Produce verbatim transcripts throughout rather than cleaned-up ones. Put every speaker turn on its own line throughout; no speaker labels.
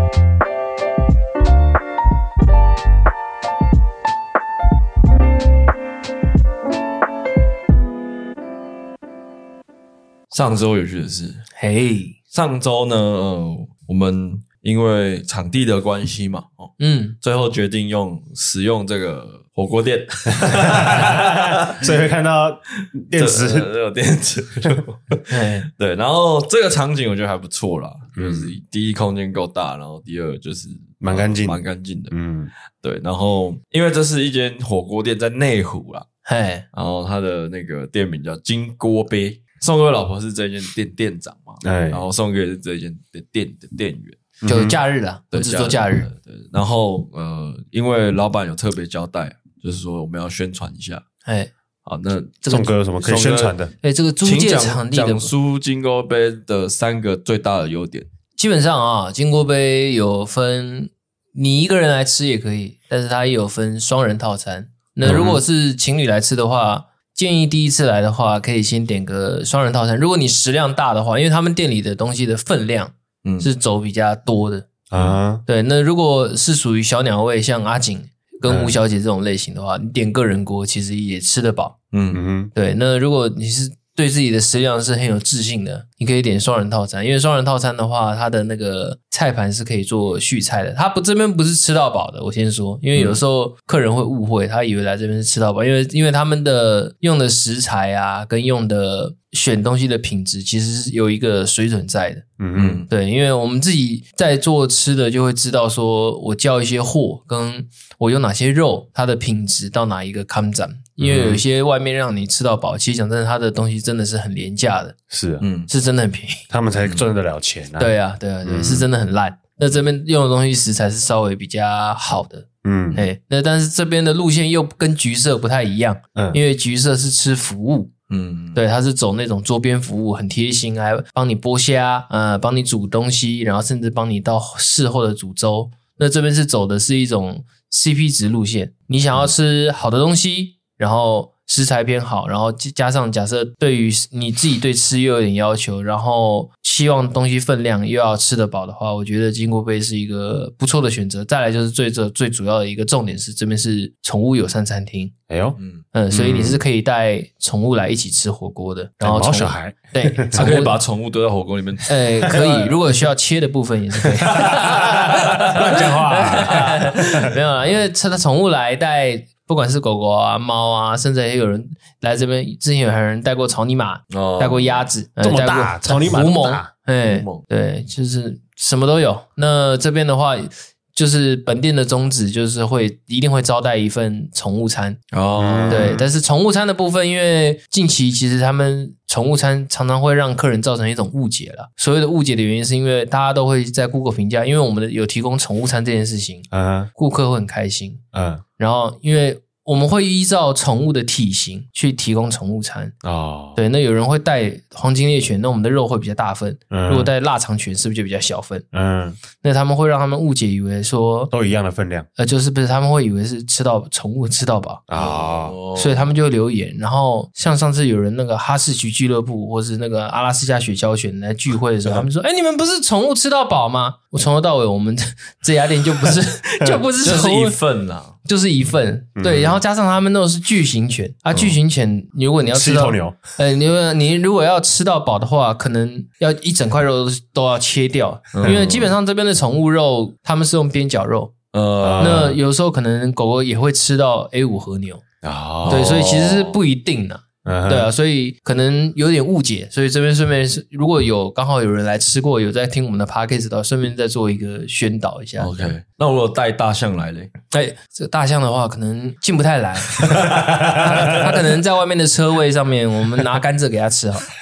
上周有趣的是，
嘿，
上周呢，呃，我们因为场地的关系嘛，哦，嗯，最后决定用使用这个火锅店，
所以会看到电池，
有电池，对，然后这个场景我觉得还不错啦，嗯、就是第一空间够大，然后第二就是
蛮干净，
蛮干净的，
嗯，
对，然后因为这是一间火锅店在内湖啦，
嘿，
然后它的那个店名叫金锅杯。宋哥老婆是这间店店长嘛，哎，然后宋哥也是这间店的店员，
就假日啦，
对，
只做假日。
对，然后呃，因为老板有特别交代，就是说我们要宣传一下，
哎，
好，那
宋哥有什么可以宣传的？
哎，这个租借场地的
讲述金锅杯的三个最大的优点。
基本上啊，金锅杯有分你一个人来吃也可以，但是它也有分双人套餐。那如果是情侣来吃的话，建议第一次来的话，可以先点个双人套餐。如果你食量大的话，因为他们店里的东西的分量是走比较多的啊、嗯。对，那如果是属于小鸟胃，像阿景跟吴小姐这种类型的话，嗯、你点个人锅其实也吃得饱。嗯嗯。对，那如果你是对自己的食量是很有自信的，你可以点双人套餐，因为双人套餐的话，它的那个菜盘是可以做续菜的。它不这边不是吃到饱的，我先说，因为有时候客人会误会，他以为来这边是吃到饱，因为因为他们的用的食材啊，跟用的选东西的品质，其实是有一个水准在的。嗯嗯，对，因为我们自己在做吃的，就会知道说我叫一些货，跟我用哪些肉，它的品质到哪一个坎站。因为有一些外面让你吃到饱，其实讲真的，它的东西真的是很廉价的，
是啊，
嗯，是真的很便宜，
他们才赚得了钱啊。
对啊，对啊，对，嗯、是真的很烂。那这边用的东西食材是稍微比较好的，嗯，哎，那但是这边的路线又跟橘色不太一样，嗯，因为橘色是吃服务。嗯，对，他是走那种桌边服务，很贴心，还帮你剥虾，呃，帮你煮东西，然后甚至帮你到事后的煮粥。那这边是走的是一种 C P 值路线，你想要吃好的东西。然后食材偏好，然后加上假设对于你自己对吃又有点要求，然后希望东西分量又要吃得饱的话，我觉得金锅杯是一个不错的选择。再来就是最这最主要的一个重点是这边是宠物友善餐厅，
哎呦，
嗯嗯，所以你是可以带宠物来一起吃火锅的，然后
毛小孩，
对，
他可以把宠物丢到火锅里面，
哎，可以，如果需要切的部分也是可以，
乱讲话，
没有啦，因为它宠物来带。不管是狗狗啊、猫啊，甚至也有人来这边，之前有人带过草泥马，哦、带过鸭子，
这么大，草泥马这么大，
哎，对，就是什么都有。那这边的话，就是本店的宗旨就是会一定会招待一份宠物餐哦，对。但是宠物餐的部分，因为近期其实他们宠物餐常常会让客人造成一种误解了。所谓的误解的原因，是因为大家都会在 Google 评价，因为我们有提供宠物餐这件事情，嗯，顾客会很开心，嗯。然后，因为我们会依照宠物的体型去提供宠物餐哦。对，那有人会带黄金猎犬，那我们的肉会比较大份；嗯、如果带腊肠犬，是不是就比较小份？嗯，那他们会让他们误解，以为说
都一样的分量，
呃，就是不是他们会以为是吃到宠物吃到饱啊、哦，所以他们就会留言。然后像上次有人那个哈士奇俱乐部，或是那个阿拉斯加雪橇犬来聚会的时候，他们说：“哎，你们不是宠物吃到饱吗？”我从头到尾，我们这家店就不是就不是宠物，
就是一份啦。
就是一份，对，然后加上他们那种是巨型犬啊，巨型犬，如果你要吃到，
吃一头牛，
呃，你你如果要吃到饱的话，可能要一整块肉都要切掉，因为基本上这边的宠物肉他们是用边角肉，呃，那有时候可能狗狗也会吃到 A 五 和牛，哦，对，所以其实是不一定的。对啊，所以可能有点误解，所以这边顺便是如果有刚好有人来吃过，有在听我们的 podcast 的话，顺便再做一个宣导一下。
OK， 那如果带大象来嘞？
哎，这个大象的话可能进不太来，他, 他可能在外面的车位上面，我们拿甘蔗给他吃好。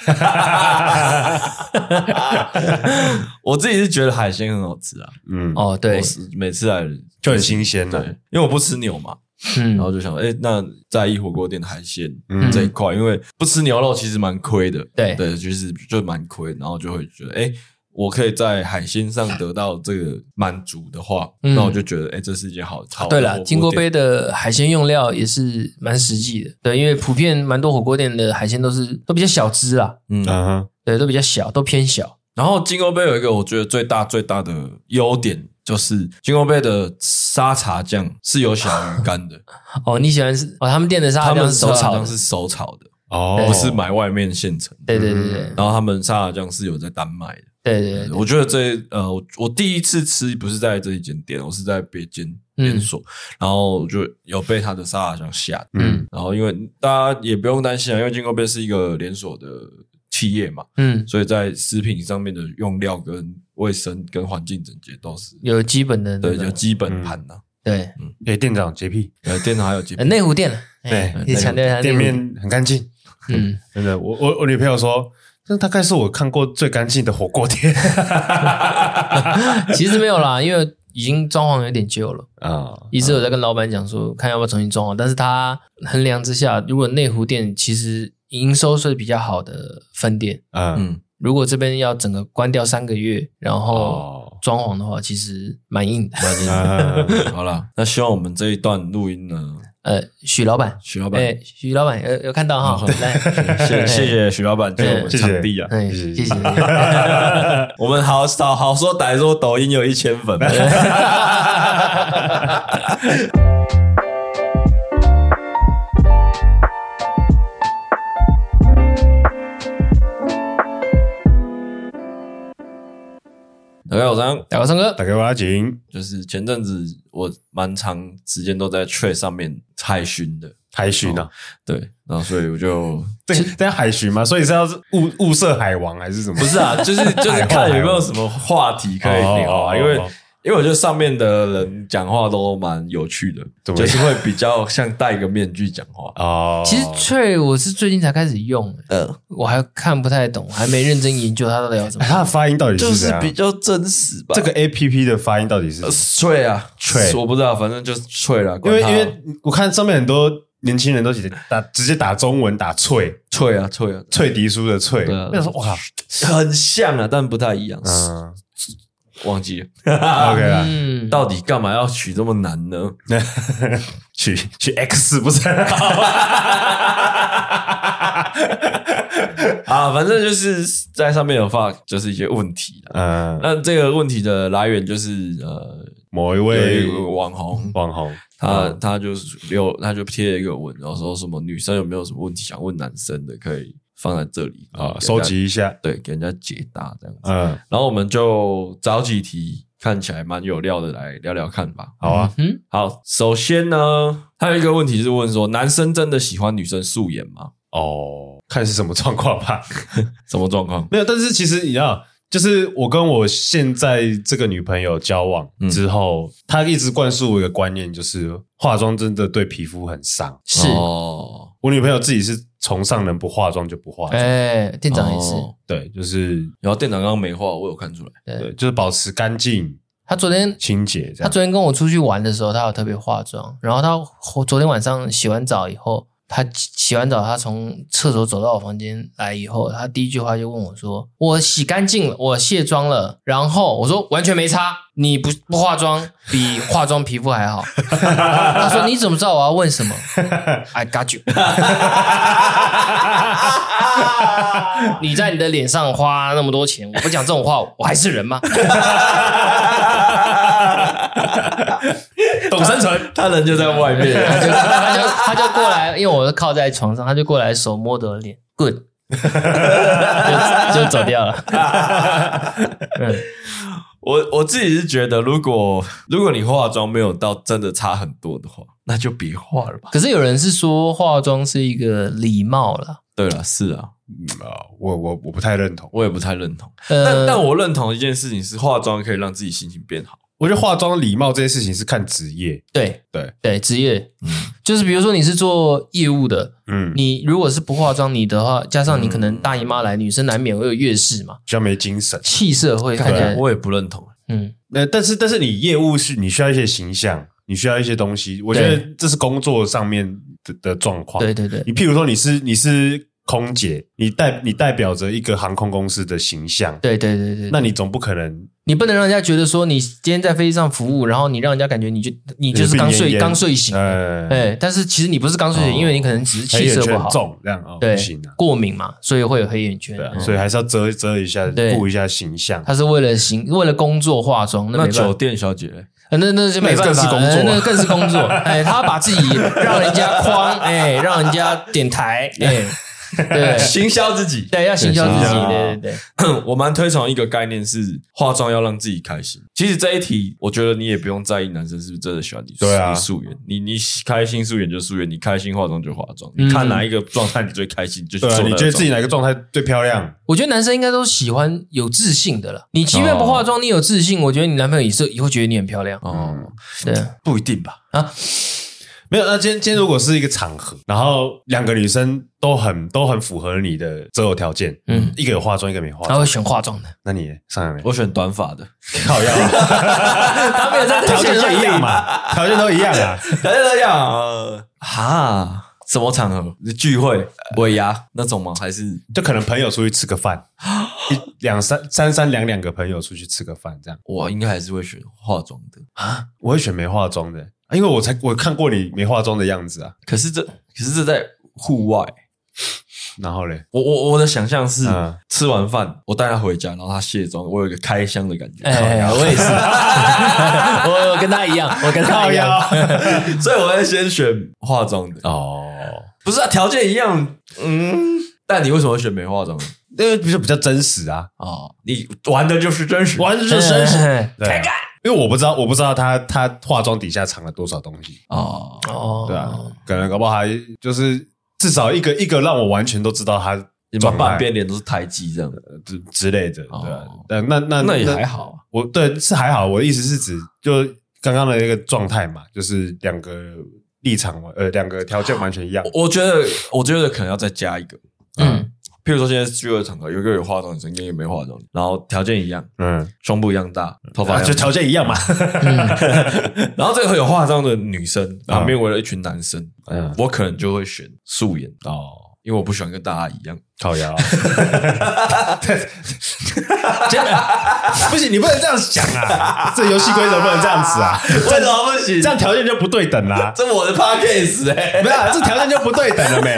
我自己是觉得海鲜很好吃啊，
嗯，哦对，
每次来
就很新鲜
的，对，因为我不吃牛嘛。嗯，然后就想，哎，那在意火锅店的海鲜、嗯、这一块，因为不吃牛肉其实蛮亏的，
对
对，就是就蛮亏，然后就会觉得，哎，我可以在海鲜上得到这个满足的话，嗯、那我就觉得，哎，这是一件好好的。
对了，金锅杯的海鲜用料也是蛮实际的，对，因为普遍蛮多火锅店的海鲜都是都比较小只啦，嗯，对，都比较小，都偏小。
然后金瓯杯有一个我觉得最大最大的优点，就是金瓯杯的沙茶酱是有小鱼干的。
哦，你喜欢是哦？他们店的沙茶酱是手炒的，
是手炒的
哦，
不是买外面现成的。
对对对对。
然后他们沙茶酱是有在单卖的。
对对 对, 对，
我觉得这呃，我我第一次吃不是在这一间店，我是在别间连锁，嗯、然后就有被他的沙茶酱吓。嗯，然后因为大家也不用担心啊，因为金瓯杯是一个连锁的企业嘛，嗯，所以在食品上面的用料跟卫生跟环境整洁都是
有基本的、那
个，对，有基本盘呐、啊。
嗯对，
嗯，诶，店长洁癖，
呃，店长还有洁癖，
内湖店，
对，
你强调一下，
店面很干净，嗯，真的，我我我女朋友说，这大概是我看过最干净的火锅店。
其实没有啦，因为已经装潢有点旧了啊。一直有在跟老板讲说，看要不要重新装潢，但是他衡量之下，如果内湖店其实营收是比较好的分店，嗯。如果这边要整个关掉三个月，然后装潢的话，其实蛮硬的。蛮硬
的。好啦，那希望我们这一段录音呢，
呃，许老板，
许老板，
哎，许老板有有看到哈？来，
谢谢谢许老板借我们场地啊，
谢谢谢谢。
我们好好好说歹说，抖音有一千粉。大家好，我是
大家唱歌，
大家我阿景，
就是前阵子我蛮长时间都在 Threads 上面海巡的，
海巡啊，
对，然后所以我就
对，这样海巡嘛，所以是要物物色海王还是什么？
不是啊，就是就是看有没有什么话题可以聊啊，因为。因为我觉得上面的人讲话都蛮有趣的，就是会比较像戴一个面具讲话
哦。其实 Threads 我是最近才开始用，呃，我还看不太懂，还没认真研究它到底要怎么。
它的发音到底是
就是比较真实吧？
这个 A P P 的发音到底是
Threads 啊
Threads
我不知道，反正就是 Threads 啦。
因为因为我看上面很多年轻人都直接打直接打中文打脆
脆啊脆啊
脆迪叔的脆，那时候哇
很像啊，但不太一样。嗯。忘记了
，OK 啦、
嗯。
到底干嘛要取这么难呢？
取取 X 不是？
啊，反正就是在上面有发，就是一些问题啦。嗯，那这个问题的来源就是呃，
某一位
网红，
网红，
他、
嗯、
他就是有他就贴了一个文，然后说什么女生有没有什么问题想问男生的，可以放在这里
啊，收集一下，
对，给人家解答这样子。嗯，然后我们就找几题看起来蛮有料的来聊聊看吧。
好啊，
嗯，好，首先呢，还有一个问题是问说，男生真的喜欢女生素颜吗？
哦，看是什么状况吧。
什么状况？
没有，但是其实你知道，就是我跟我现在这个女朋友交往之后，嗯、她一直灌输我一个观念，就是化妆真的对皮肤很伤。
是
哦，我女朋友自己是崇尚能不化妆就不化妆。
哎、欸，店长也是、哦，
对，就是
然后店长刚刚没化，我有看出来。
对，对就是保持干净。
他昨天
清洁，
他昨天跟我出去玩的时候，他有特别化妆。然后他昨天晚上洗完澡以后，他洗完澡，他从厕所走到我房间来以后，他第一句话就问我说：“我洗干净了，我卸妆了。”然后我说：“完全没差，你不不化妆比化妆皮肤还好。”他说：“你怎么知道我要问什么 ？”I got you 。你在你的脸上花那么多钱，我不讲这种话，我还是人吗？
懂生存，
他人就在外面，
他就他就他就过来，因为我靠在床上，他就过来手摸着我的脸 ，good， 就, 就走掉了。
嗯，我我自己是觉得，如果如果你化妆没有到真的差很多的话，那就别化了吧。
可是有人是说化妆是一个礼貌啦。
对啦，是啊，
嗯、我我我不太认同，
我也不太认同。呃、但但我认同一件事情是，化妆可以让自己心情变好。
我觉得化妆礼貌这件事情是看职业，
对
对
对，职业，嗯，就是比如说你是做业务的，嗯，你如果是不化妆，你的话，加上你可能大姨妈来，女生难免会有月事嘛，
比较没精神，
气色会看起来，
我也不认同，
嗯，呃，但是但是你业务是你需要一些形象，你需要一些东西，我觉得这是工作上面的的状况，
对对对，
你譬如说你是你是。 空姐，你代你代表着一个航空公司的形象，
对对对 对, 对，
那你总不可能，
你不能让人家觉得说你今天在飞机上服务，然后你让人家感觉你就你就是刚睡刚睡醒，哎、呃，但是其实你不是刚睡醒、哦，因为你可能只是气色不好，
重这样哦，
对，
不行啊，
过敏嘛，所以会有黑眼圈，
对、啊嗯，所以还是要遮遮一下，顾一下形象。
他是为了形为了工作化妆，那
那酒店小姐嘞？
那那就没办法，
那更是工作，
那更是工作。哎，他把自己让人家框，哎，让人家点台，哎，对，
行销自己，
对，要行销自己，对对对。
我蛮推崇一个概念是化妆要让自己开心。其实这一题，我觉得你也不用在意男生是不是真的喜欢你，
对啊，
素颜，你你开心素颜就素颜，你开心化妆就化妆，你看哪一个状态你最开心，就去做、
啊。你觉得自己哪个状态最漂亮？
我觉得男生应该都喜欢有自信的了。你即便不化妆，你有自信，我觉得你男朋友也是也会觉得你很漂亮。
哦，
对，
不一定吧？
啊。
没有，那今天今天如果是一个场合，然后两个女生都很都很符合你的择偶条件，嗯，一个有化妆，一个没化妆，
他会选化妆的。
那你上来没？
我选短发的，
靠腰，
他没有在
条件都一样嘛，条件都一样啊，
条件都一样啊，哈。什么场合？聚会、尾牙那种吗？还是
就可能朋友出去吃个饭，一两三三三两两个朋友出去吃个饭这样？
我应该还是会选化妆的
啊，我会选没化妆的，因为我才我看过你没化妆的样子啊。
可是这可是这在户外，
然后嘞，
我我我的想象是、嗯、吃完饭我带他回家，然后他卸妆，我有一个开箱的感觉。
哎，我也是，我跟他一样，我跟他一样，
所以我会先选化妆的。
哦，
不是啊，条件一样，嗯，但你为什么会选没化妆的？
因为比较比较真实啊。
哦，你玩的就是真实，
玩的就是真实，
开干。
因为我不知道，我不知道他他化妆底下藏了多少东西。
哦
哦，
对啊，可能搞不好还就是至少一个一个让我完全都知道他
半边脸都是胎记这样的
之之类的，
哦、
对啊。但那那
那也还好、啊，
我对是还好。我的意思是指就刚刚的那个状态嘛，就是两个立场呃两个条件完全一样。
我觉得我觉得可能要再加一个，嗯。譬如说，现在聚会场合有一个有化妆的，跟一个没化妆的，然后条件一样，嗯，胸部一样大，头发一样、
啊、就条件一样嘛。
嗯、然后这个有化妆的女生旁边围了一群男生，嗯，我可能就会选素颜哦，因为我不喜欢跟大家一样
靠腰。不行，你不能这样想啊！这游戏规则不能这样子啊！
为什么不行？
这样条件就不对等啦、啊。
这我的 podcast 哎、欸，
没有、啊，这条件就不对等了没？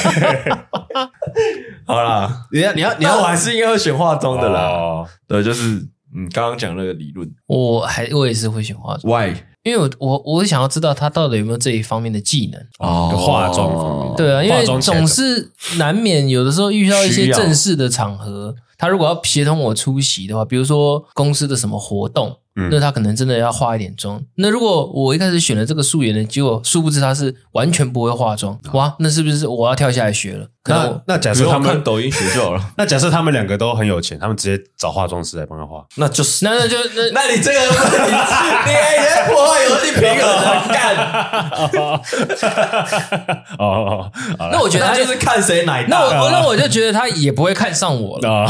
好啦，你要你要你要，我还是应该会选化妆的啦。哦、对，就是嗯，刚刚讲那个理论，
我还我也是会选化妆。
Why？
因为我我我想要知道他到底有没有这一方面的技能
哦，化妆方面。
对啊，因为总是难免有的时候遇到一些正式的场合，他如果要协同我出席的话，比如说公司的什么活动。嗯、那他可能真的要化一点妆。那如果我一开始选了这个素颜的，结果殊不知他是完全不会化妆，哇，那是不是我要跳下来学了？
那那假设他们
看抖音学就好了。
那假设他们两个都很有钱，他们直接找化妆师来帮他化，
那就是
那那就那
那你这个问题，你也破坏游戏平衡，干。
哦，
那我觉得他
就是看谁奶大。
那我那我就觉得他也不会看上我了。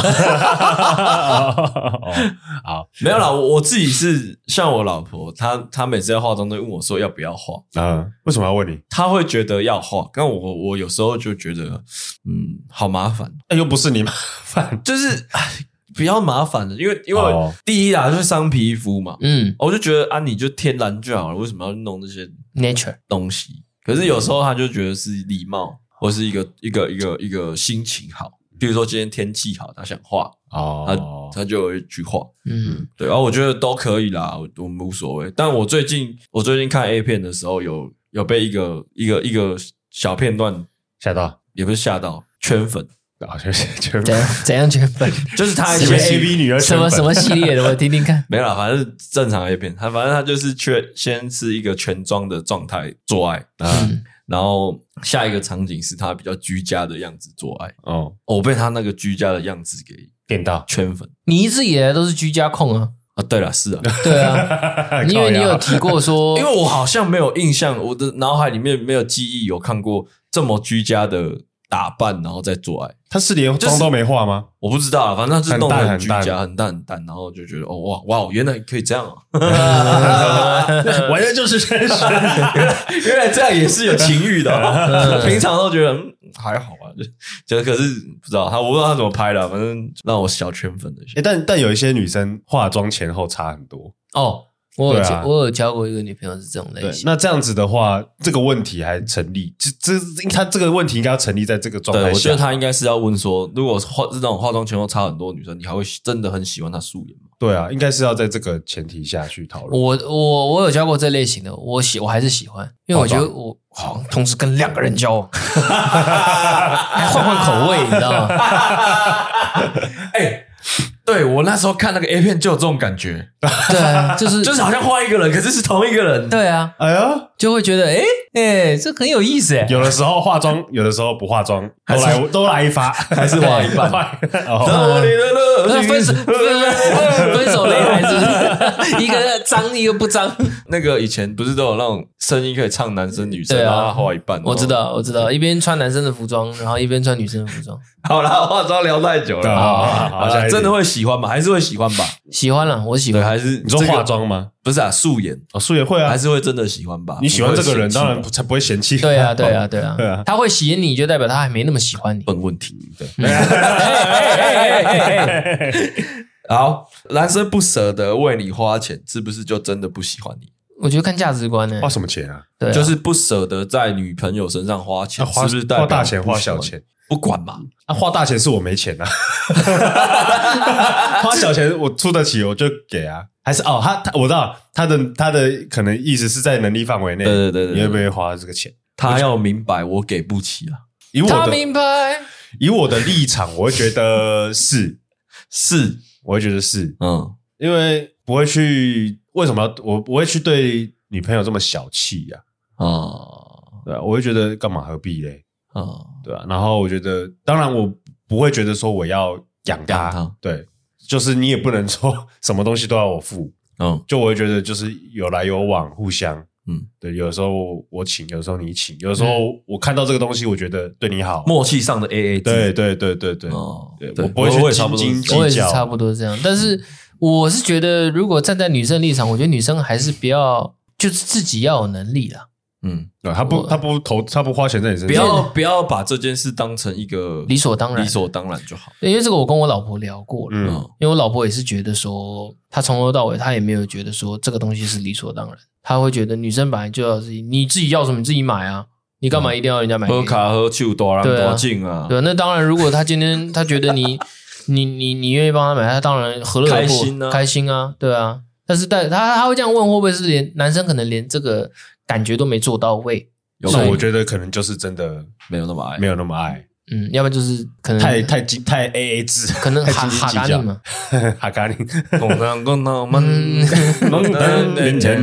好，
没有啦，我我自己是像我老婆，她她每次要化妆都问我说要不要化
啊？为什么要问你？
她会觉得要化，但我我有时候就觉得嗯好麻烦，
哎又不是你麻烦，
就是比较麻烦的，因为因为第一啦就是伤皮肤嘛，嗯，我就觉得啊你就天然就好了，为什么要弄这些
nature
东西？可是有时候她就觉得是礼貌，或是一个一个一个一个心情好。比如说今天天气好，他想画哦，他他就会去画，嗯，对，然后我觉得都可以啦，我我们无所谓。但我最近我最近看 A 片的时候，有有被一个一个一个小片段
吓到，
也不是吓到，圈粉
啊，就是圈粉，
怎样怎样圈粉？
就是他
一些 A V 女儿
什么什么系列的，我听听看。
没啦，反正是正常 A 片，他反正他就是全先是一个全妆的状态做爱啊。嗯然后下一个场景是他比较居家的样子做爱哦，我被他那个居家的样子给
电到
圈粉。
你一直以来都是居家控啊？
啊，对了，是啊，
对啊，因为你有提过说，
因为我好像没有印象，我的脑海里面没有记忆有看过这么居家的打扮，然后再做爱。
他是连妆都没化吗？
我不知道，反正他就是弄得很居家，很淡很淡，然后就觉得哦哇哇，原来可以这样啊！
完全就是真实，
原来这样也是有情欲的、哦。平常都觉得、嗯、 还好啊，就可是不知道他，我不知道他怎么拍的，反正让我小圈粉了一下。
欸、但但有一些女生化妆前后差很多
哦。我有、
啊、
我有交过一个女朋友是这种类型。
那这样子的话，这个问题还成立？这这他这个问题应该要成立在这个状态下。
对，我觉得他应该是要问说，如果化这种化妆前后差很多女生，你还会真的很喜欢她素颜吗？
对啊，应该是要在这个前提下去讨论。
我我我有交过这类型的，我喜我还是喜欢，因为我觉得我好同时跟两个人交往，还换换口味，你知道吗？
哎、欸。对，我那时候看那个 A 片就有这种感觉，
对啊，就是
就是好像换一个人，可是是同一个人。
对啊，
哎呀，
就会觉得哎哎、欸欸，这很有意思哎。
有的时候化妆，有的时候不化妆，都来都来一发，还是画一半。
哦，分手分手擂台是不是？一个脏一个不脏。
那个以前不是都有那种声音可以唱男生女生，然后他画一半。
我知道，我知道，一边穿男生的服装，然后一边穿女生的服装。
好啦，化妆聊太久了，好好好啦，真的会喜欢吗？还是会喜欢吧？
喜欢了，我喜欢。
还是
你说化妆吗？
不是啊，素颜
哦，素颜会啊，
还是会真的喜欢吧？
你喜欢这个人，当然才不会嫌弃。
对啊，对啊，对啊，
对啊，
他会喜欢你，就代表他还没那么喜欢你。
笨问题，对。好，男生不舍得为你花钱，是不是就真的不喜欢你？
我觉得看价值观呢、欸。
花什么钱啊？
对啊，
就是不舍得在女朋友身上花钱，
啊、花
是不是代表
花大钱花小钱？
不管嘛，
啊，花大钱是我没钱啊，花小钱我出得起我就给啊。还是哦，他他我知道他的他的可能意思是在能力范围内，
对对对对，
你会不会花这个钱？
他要明白我给不起啊。
以我的
他明白，
以我的立场，我会觉得是
是，
我会觉得是，
嗯，
因为不会去为什么要我不会去对女朋友这么小气呀、
啊？哦，
对啊，我会觉得干嘛何必嘞？
啊、
哦，对啊，然后我觉得，当然我不会觉得说我要养他，
养他
对，就是你也不能说什么东西都要我付，
嗯，
就我会觉得就是有来有往，互相，
嗯，
对，有的时候我请，有的时候你请，有的时候我看到这个东西，我觉得对你好，
默契上的 A A 制，
对对对对对，
哦，
对
对
我不会去斤斤计较，
我也是差不多这样，但是我是觉得，如果站在女生立场，我觉得女生还是不要，就是自己要有能力啦。
嗯，
对，他不他不投他不花钱在你身上，
不要不要把这件事当成一个
理所当然，
理所当然就好。
因为这个我跟我老婆聊过了，
嗯，
因为我老婆也是觉得说，她从头到尾她也没有觉得说这个东西是理所当然，她会觉得女生本来就要自己，你自己要什么你自己买啊，你干嘛一定要人家买给你？
喝卡喝酒多人多敬啊，
对啊，那当然，如果她今天她觉得你你你你愿意帮她买，她当然何乐而不
开心啊，
开心啊，对啊。但是但她她会这样问，会不会是连男生可能连这个感觉都没做到位？
那我觉得可能就是真的
没有那么爱，
没有那么爱，
嗯，要不然就是可能
太太精太 A A 制，
可能哈哈咖喱嘛，
哈咖喱，
共当共当们
龙灯面前，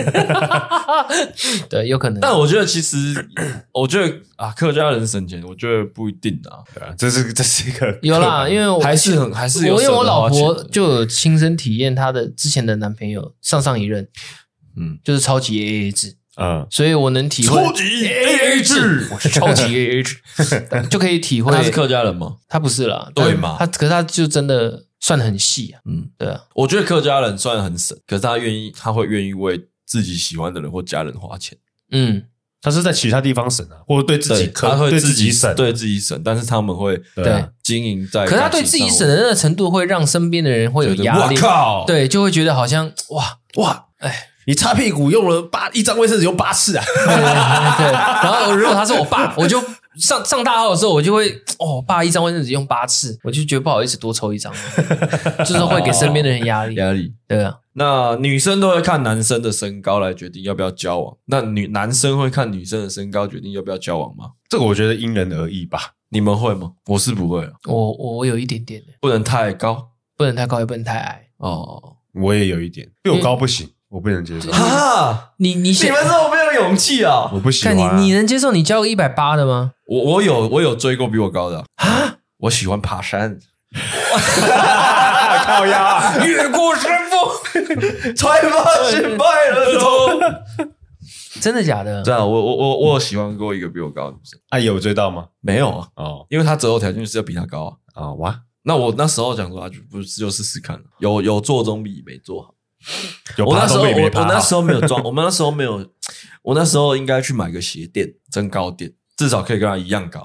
对，有可能。
但我觉得其实，我觉得啊，客家人省钱，我觉得不一定啊，
对啊，这是这是一个
有啦，因为我
还是很还是有，
我因为我老婆就有亲身体验她的之前的男朋友上上一任，
嗯，
就是超级 A A 制。
嗯，
所以我能体会
超级 A A 制，
我是超级 A A 制，就可以体会。
他是客家人吗？
他不是啦，
对嘛？
他可是他就真的算很细啊，
嗯，
对啊。
我觉得客家人算很省，可是他愿意，他会愿意为自己喜欢的人或家人花钱。
嗯，
他是在其他地方省啊，或者对自己，
他会
对
自己
省，
对自己省，但是他们会
对
经营在。
可是他对自己省的那个程度，会让身边的人会有压力。
我靠，
对，就会觉得好像哇
哇，哎。你擦屁股用了八一张卫生纸用八次啊！
对对对，然后如果他是我爸，我就上上大号的时候，我就会哦，爸一张卫生纸用八次，我就觉得不好意思多抽一张，就是会给身边的人压力。
压力，
对啊。
那女生都会看男生的身高来决定要不要交往，那女男生会看女生的身高决定要不要交往吗？
这个我觉得因人而异吧。
你们会吗？我是不会啊，
我我有一点点的，
不能太高，
不能太高，也不能太矮。
哦，
我也有一点，比我高不行。我不能接受
啊！
你你
你们这么没有勇气啊！
我不喜欢、
啊。你你能接受你交个一百八的吗？
我我有我有追过比我高的啊！我喜欢爬山，
靠腰啊！
越过山峰，才发现白了头。
真的假的？
对啊，我我我我有喜欢过一个比我高的女生。
啊，有追到吗？
没有啊，
哦，
因为她择偶条件就是要比她高啊。
啊哇！
那我那时候讲说啊，就不是就试试看，有有做总比没做好。
有
我那时候我
我
我那时候没有装，我们那时候没有，我那时候应该去买个鞋垫，增高垫，至少可以跟他一样高。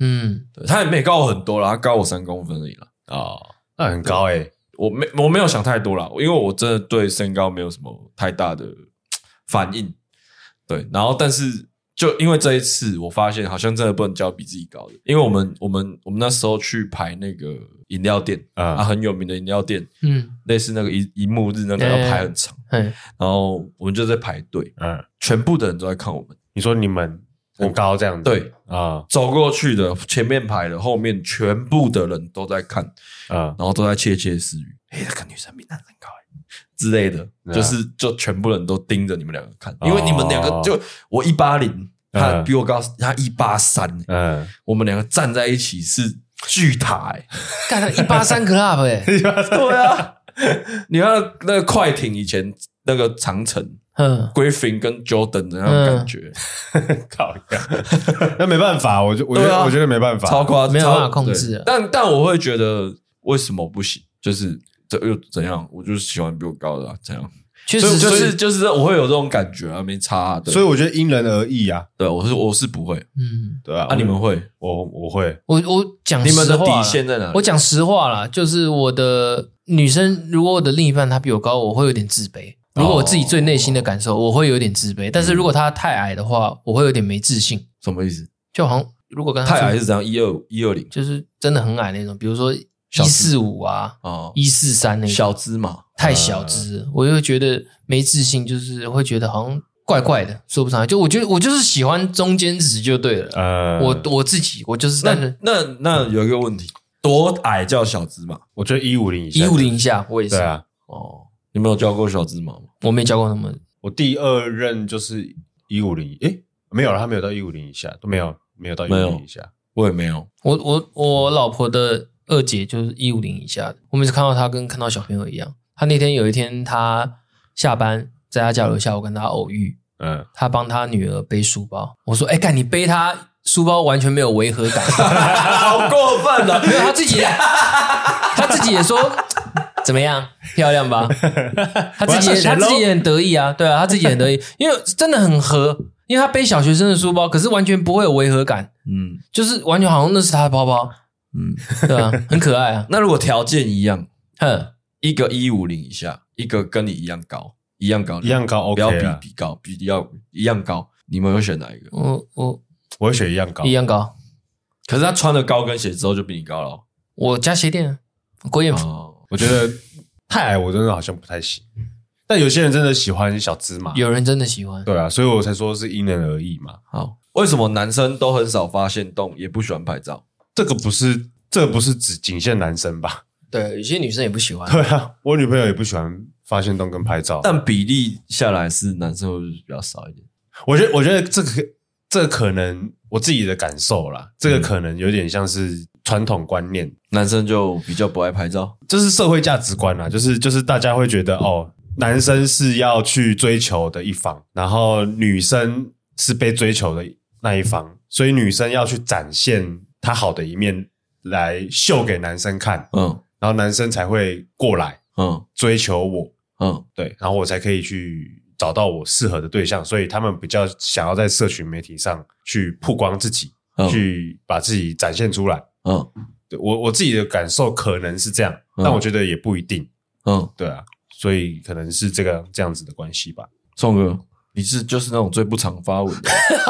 嗯，
对，他也没高我很多啦，他高我三公分而已啦。
哦，那很高诶、欸。
我没我没有想太多啦，因为我真的对身高没有什么太大的反应。对，然后但是就因为这一次，我发现好像真的不能交比自己高的，因为我们我们我们那时候去排那个饮料店、嗯、啊，很有名的饮料店，嗯，类似那个一一幕日那个要排很长，嗯，然后我们就在排队，嗯，全部的人都在看我们。
你说你们很高这样子，
对啊，走过去的前面排的，后面全部的人都在看，啊，然后都在窃窃私语，哎、欸，那个女生比男生高之类的，就是就全部人都盯着你们两个看，因为你们两个就我一八零，他比我高，他一八三，嗯，我们两个站在一起是巨塔、欸，
干了一八三 club 哎，
对啊，你看那个快艇以前那个长城。嗯 ，Griffin 跟 Jordan 的那种感觉，
靠呀，那没办法，我就我觉得、啊、我觉得没办法，
超夸张，
没有办法控制。
但但我会觉得为什么不行？就是这又怎样？我就是喜欢比我高的啊，这样。
确实
就是就是我会有这种感觉啊，没差、啊。
所以我觉得因人而异啊。
对，我是我是不会，嗯，对啊。啊，你们会？
我我会。
我我讲实话，
你们的底线在哪里？
我讲实话啦，就是我的女生，如果我的另一半她比我高，我会有点自卑。如果我自己最内心的感受，我会有点自卑。但是如果他太矮的话，我会有点没自信。
什么意思？
就好像如果跟他
太矮是怎样？一二一二零，
就是真的很矮那种，比如说一四五啊，哦，一四三那种
小只嘛，
太小只了，我就会觉得没自信，就是会觉得好像怪怪的，说不上来。就我觉得我就是喜欢中间值就对了。呃，我我自己我就是
那那那有一个问题，多矮叫小只嘛？
我觉得一五零以下，
一五零以下我也是。
对啊，
哦。你没有教过小芝麻吗？
我没教过他们。
我第二任就是一五零，诶，没有了，他没有到一五零以下，都没有，没有到一五零以下，
我也没有。
我我我老婆的二姐就是一五零以下的，我每次看到她跟看到小朋友一样。她那天有一天，她下班在她家楼下，我跟她偶遇，嗯，她帮她女儿背书包，我说：“哎、欸，干你背她书包完全没有违和感，
好过分啊！”
没有，她自己，她自己也说。怎么样？漂亮吧？他自己也他自己也很得意啊，对啊，他自己很得意，因为真的很合，因为他背小学生的书包，可是完全不会有违和感，嗯，就是完全好像那是他的包包，嗯，对啊，很可爱啊。
那如果条件一样，哼，一个一五零以下，一个跟你一样高，一样高，
一样高 ，OK，
不要比比高，比要一样高，你们会选哪一个？
我我
我会选一样高，
一样高。
可是他穿了高跟鞋之后就比你高了、哦。
我加鞋垫，国宴服。
哦我觉得太矮，我真的好像不太行。但有些人真的喜欢小芝麻，
有人真的喜欢，
对啊，所以我才说是因人而异嘛。
好，为什么男生都很少发限动，也不喜欢拍照？
这个不是，这个不是只仅限男生吧？
对，有些女生也不喜欢。
对啊，我女朋友也不喜欢发限动跟拍照，
但比例下来是男生会比较少一点。
我觉得，我觉得这个这个可能我自己的感受啦，这个可能有点像是传统观念，
男生就比较不爱拍照，
这是社会价值观啦，就是就是大家会觉得哦，男生是要去追求的一方，然后女生是被追求的那一方，所以女生要去展现她好的一面来秀给男生看，嗯，然后男生才会过来，嗯，追求我，嗯，对，然后我才可以去找到我适合的对象，所以他们比较想要在社群媒体上去曝光自己，嗯，去把自己展现出来，嗯，对，我我自己的感受可能是这样，嗯，但我觉得也不一定，嗯，对啊，所以可能是这个这样子的关系吧。
宋哥，你是就是那种最不常发文的，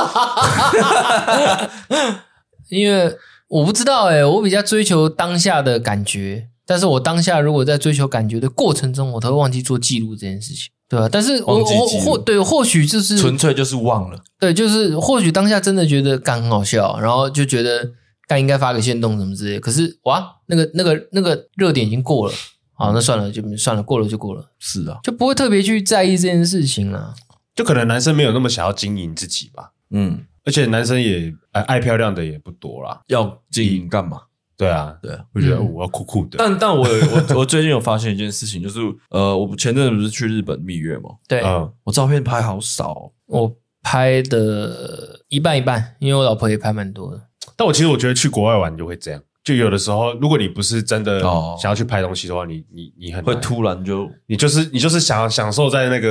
因为我不知道诶、欸、我比较追求当下的感觉，但是我当下如果在追求感觉的过程中，我都会忘记做记录这件事情。对吧？但是我我或对或许就是
纯粹就是忘了，
对，就是或许当下真的觉得干很好笑，然后就觉得干应该发个限动什么之类的。可是哇，那个那个那个热点已经过了，好，那算了，就算了，过了就过了。
是啊，
就不会特别去在意这件事情了。
就可能男生没有那么想要经营自己吧，嗯，而且男生也爱爱漂亮的也不多啦，
要经营干嘛？
对啊，
对啊，
我觉得我要酷酷的。
但但我我我最近有发现一件事情，就是呃，我前阵子不是去日本蜜月嘛？
对，
嗯，我照片拍好少，哦，
我拍的一半一半，因为我老婆也拍蛮多的。
但我其实我觉得去国外玩就会这样，就有的时候，如果你不是真的想要去拍东西的话，你你你很
会突然就
你就是你就是想要享受在那个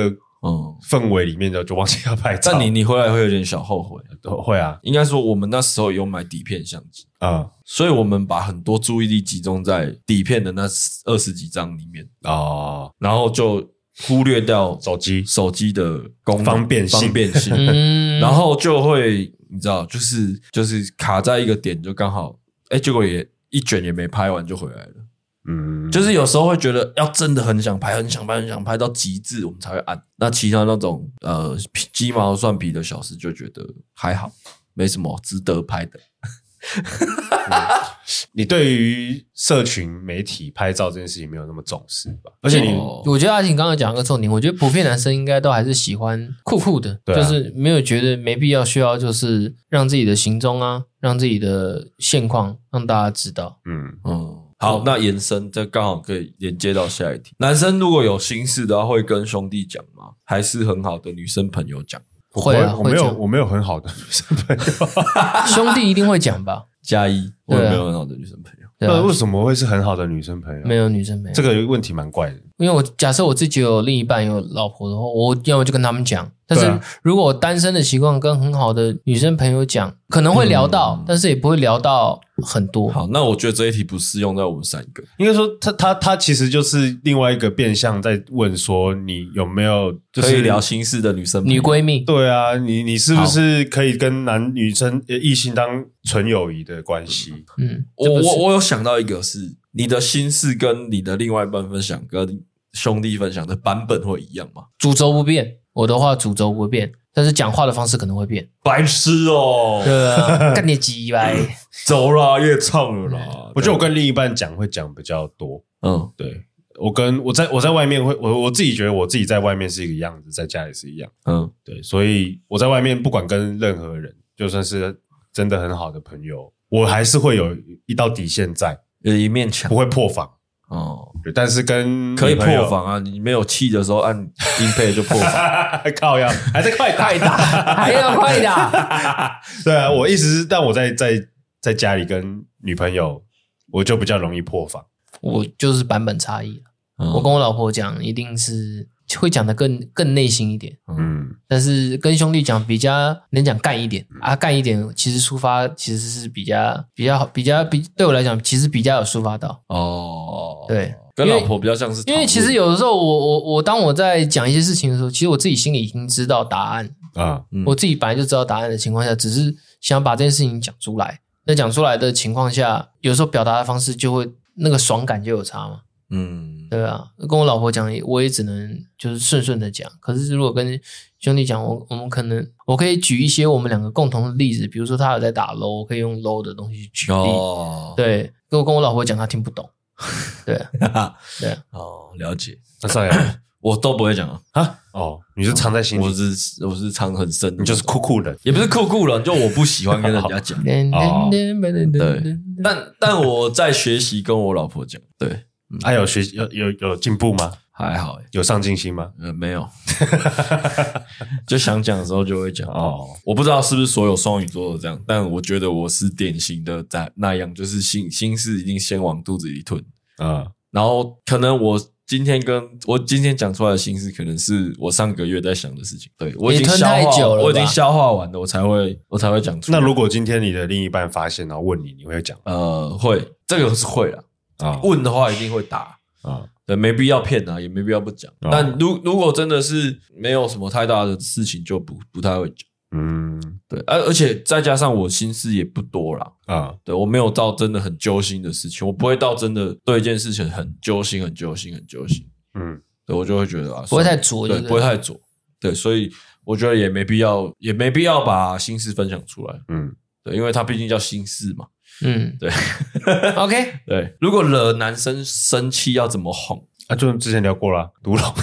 嗯，氛围里面就就忘记要拍照。
但你你回来会有点小后悔，
会啊。
应该说我们那时候有买底片相机啊、嗯，所以我们把很多注意力集中在底片的那二十几张里面哦，然后就忽略掉
手机
手机的功能
方便性
方便性，嗯、然后就会你知道，就是就是卡在一个点，就刚好哎，结果也一卷也没拍完就回来了。嗯，就是有时候会觉得要真的很想拍，很想拍，很想拍到极致，我们才会按。那其他那种呃鸡毛蒜皮的小事，就觉得还好，没什么值得拍的。
嗯、你对于社群媒体拍照这件事情没有那么重视吧？而且你，
哦、我觉得阿婷刚刚讲一个重点，我觉得普遍男生应该都还是喜欢酷酷的，啊、就是没有觉得没必要需要，就是让自己的行踪啊，让自己的现况让大家知道。
嗯嗯。好，那延伸这刚好可以连接到下一题。男生如果有心事的话，会跟兄弟讲吗？还是很好的女生朋友讲？
会啊，
我没有，我没有很好的女生朋友。
兄弟一定会讲吧？
加一，我也没有很好的女生朋友。
那、啊、为什么会是很好的女生朋友？
没有女生朋友，
这个问题蛮怪的。
因为我假设我自己有另一半有老婆的话，我要么就跟他们讲。但是如果我单身的习惯跟很好的女生朋友讲，可能会聊到，嗯、但是也不会聊到很多。
好，那我觉得这一题不适用在我们三个。
应该说他，他他他其实就是另外一个变相在问说，你有没有就是
可以聊心事的女生朋友
女闺蜜？
对啊，你你是不是可以跟男女生异性当纯友谊的关系？
嗯，
我我我有想到一个是你的心事跟你的另外一半分享跟兄弟分享的版本会一样吗？
主轴不变，我的话主轴不变，但是讲话的方式可能会变。
白痴哦，
对啊，干你鸡掰，
走啦，夜唱了啦。
我觉得我跟另一半讲会讲比较多，
嗯，
对。我跟我在我在外面会我我自己觉得我自己在外面是一个样子，在家里是一样，嗯，对，所以我在外面不管跟任何人，就算是真的很好的朋友，我还是会有一道底线在，
有一面墙，
不会破防。
哦，
对，但是跟
可以破防啊！你没有气的时候按音配就破防，
靠腰还在快打
快打，还要快打。
对啊，我意思是，但我在在在家里跟女朋友，我就比较容易破防。
我就是版本差异、嗯、我跟我老婆讲，一定是会讲得更更内心一点，嗯，但是跟兄弟讲比较能讲干一点、嗯、啊，干一点其实抒发其实是比较比较好，比较比对我来讲其实比较有抒发到
哦，
对，
跟老婆比较像是，
因为其实有的时候我我我当我在讲一些事情的时候，其实我自己心里已经知道答案啊、嗯，我自己本来就知道答案的情况下，只是想把这件事情讲出来。那讲出来的情况下，有时候表达的方式就会那个爽感就有差嘛。嗯，对啊，跟我老婆讲，我也只能就是顺顺的讲。可是如果跟兄弟讲，我我们可能我可以举一些我们两个共同的例子，比如说他有在打 low， 我可以用 low 的东西去举例。哦，对，跟我跟我老婆讲，他听不懂。对啊，对啊，
哦，了解。
那算了，
我都不会讲啊。
啊，哦，你是藏在心里，
我是我是藏很深，
你就是酷酷人，
也不是酷酷人，就我不喜欢跟人家讲。哦，对，但但我在学习跟我老婆讲，对。
还、啊、有学有有有进步吗？
还好、欸，
有上进心吗？
呃，没有，就想讲的时候就会讲哦。我不知道是不是所有双鱼座都这样，但我觉得我是典型的在那样，就是心心事一定先往肚子里吞啊、嗯。然后可能我今天跟我今天讲出来的心事，可能是我上个月在想的事情。对，我已经消化，我已经消化完了，我才会我才会讲出来。
那如果今天你的另一半发现然后问你，你会讲？
呃，会，这个是会啦。啊，问的话一定会打啊，对，没必要骗啊，也没必要不讲。哦、但如如果真的是没有什么太大的事情，就不不太会讲。嗯，对，而、啊、而且再加上我心事也不多啦，啊，对我没有到真的很揪心的事情，我不会到真的对一件事情很揪心、很揪心、很揪心。嗯，对我就会觉得啊，
不会太左，
对，不会太左。对，所以我觉得也没必要，也没必要把心事分享出来。嗯，对，因为它毕竟叫心事嘛。嗯，对
，OK，
对，如果惹男生生气要怎么哄
啊？就之前聊过了，毒龙。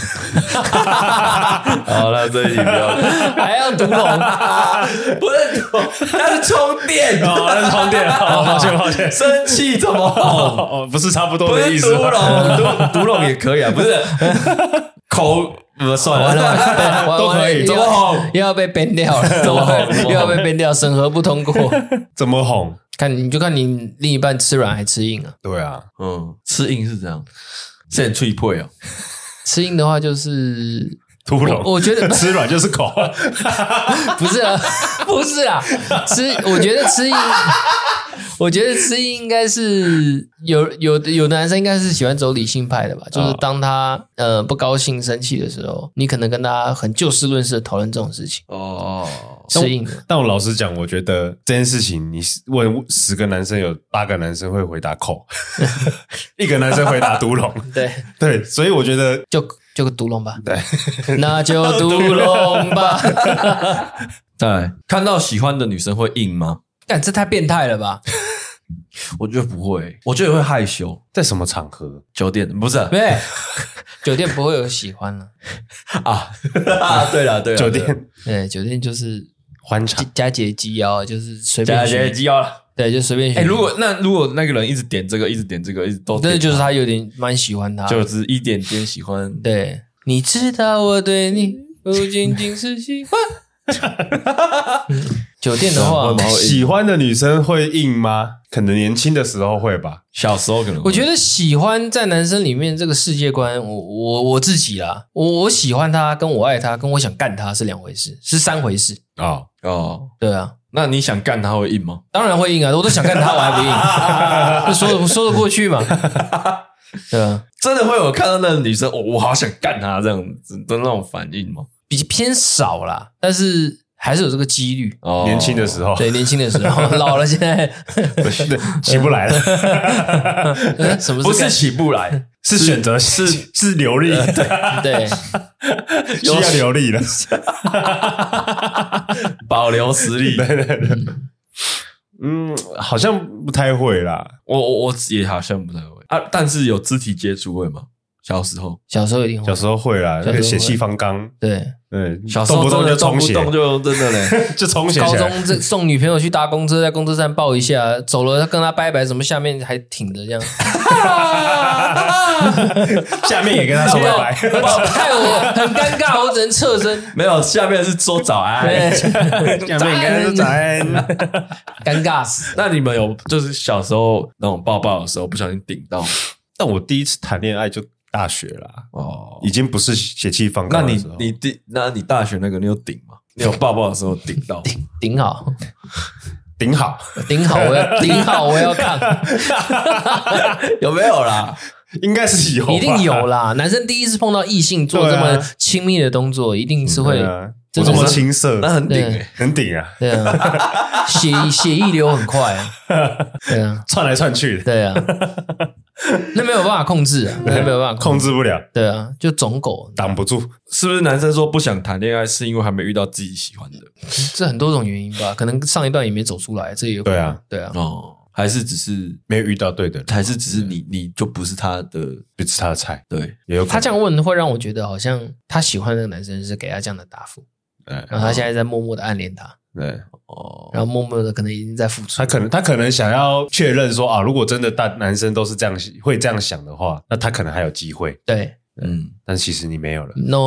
好，那这一题不要，
还要毒龙？
不是毒龙，那是充电
哦，那是充电。哦，抱歉抱歉，
生气怎么哄？
哦，不是差不多的意思吗？
不是毒龙，毒毒龙也可以啊，不是口。呃，算了，
完了，
都可以，
怎么哄？又要被编掉了，怎么哄？又要被编掉，审核不通过，
怎么哄？
看你就看你另一半吃软还吃硬啊？
对啊，
嗯，吃硬是这样，是很脆配啊。
吃硬的话就是
屠龙，
我觉得
吃软就是口，
不是啊，不是啊，吃我觉得吃我觉得吃应该是有有有的男生应该是喜欢走理性派的吧，就是当他呃不高兴生气的时候，你可能跟他很就事论事的讨论这种事情
哦，
吃硬的。
但我老实讲，我觉得这件事情，你问十个男生，有八个男生会回答口，一个男生回答独龙。
对
对，所以我觉得
就就个独龙吧，
对，
那就独龙吧。
再来，看到喜欢的女生会硬吗？
干，这太变态了吧！
我觉得不会，我觉得会害羞。
在什么场合？
酒店不是？
对，酒店不会有喜欢了
啊啊！对了对了，
酒店
对酒店就是
欢场
佳节鸡腰，就是随便
佳节鸡腰了。
对，就随便选。
哎，如果那如果那个人一直点这个，一直点这个，一直都点，
这就是他有点蛮喜欢他，
就是一点点喜欢。
对，你知道我对你不仅仅是喜欢。酒店的话，
喜欢的女生会硬吗？可能年轻的时候会吧，
小时候可能会。
我觉得喜欢在男生里面这个世界观，我我我自己啦，我我喜欢他，跟我爱他，跟我想干他是两回事，是三回事。
哦
哦，
对啊，
那你想干他会硬吗？
当然会硬啊，我都想干他，我还不硬，说得说得过去嘛。对啊，
真的会有看到那个女生，哦，我好想干她这样子的那种反应吗？
比偏少啦，但是还是有这个几率。
哦，年轻的时候，
对，年轻的时候，老了现在
起不来了。
什么？
不是起不来，
是选择是是流利，
对，
需要流利了，
保留实力。
对对对，嗯，好像不太会啦。
我我我也好像不太会啊，但是有肢体接触会吗？小时候，
小时候一定会，
小时候会啦，那个血气方刚，
对
对，
小时候
动不动就充血，
动不动就真的嘞，
就充血。
高中这送女朋友去搭公车，在公车站抱一下，走了跟他拜拜，怎么下面还挺着这样，
下面也跟他说拜拜，
害我很尴尬，我只能侧身。
没有，下面是说早安，
下面也跟他说早安，
尴尬死。
那你们有就是小时候那种抱抱的时候不小心顶到？
但我第一次谈恋爱就大学啦，
哦，
已经不是血气方刚的时候。
那你你第那你大学那个你有顶吗？你有抱抱的时候顶到？
顶顶好，
顶好，
顶好，我要顶好，我要看，
有没有啦？
应该是有，
一定有啦。男生第一次碰到异性做这么亲密的动作，一定是会
这么青涩，
那很顶诶，
很顶啊！
对啊，血血液流很快啊，对啊，
窜来窜去的，
对啊，那没有办法控制啊，那没有办法
控制不了，
对啊，就种狗
挡不住。
是不是男生说不想谈恋爱，是因为还没遇到自己喜欢的？
这很多种原因吧，可能上一段也没走出来，这也有可能。
对啊，
对啊，
哦，还是只是
没有遇到对的人，
还是只是你你就不是他的，
不是他的菜，
对，
也有可能。
他这样问会让我觉得好像他喜欢那个男生是给他这样的答复，然后他现在在默默的暗恋他，
对
哦，然后默默的可能已经在付出。
他可能他可能想要确认说啊，如果真的大男生都是这样会这样想的话，那他可能还有机会。
对，
嗯，但其实你没有了。
No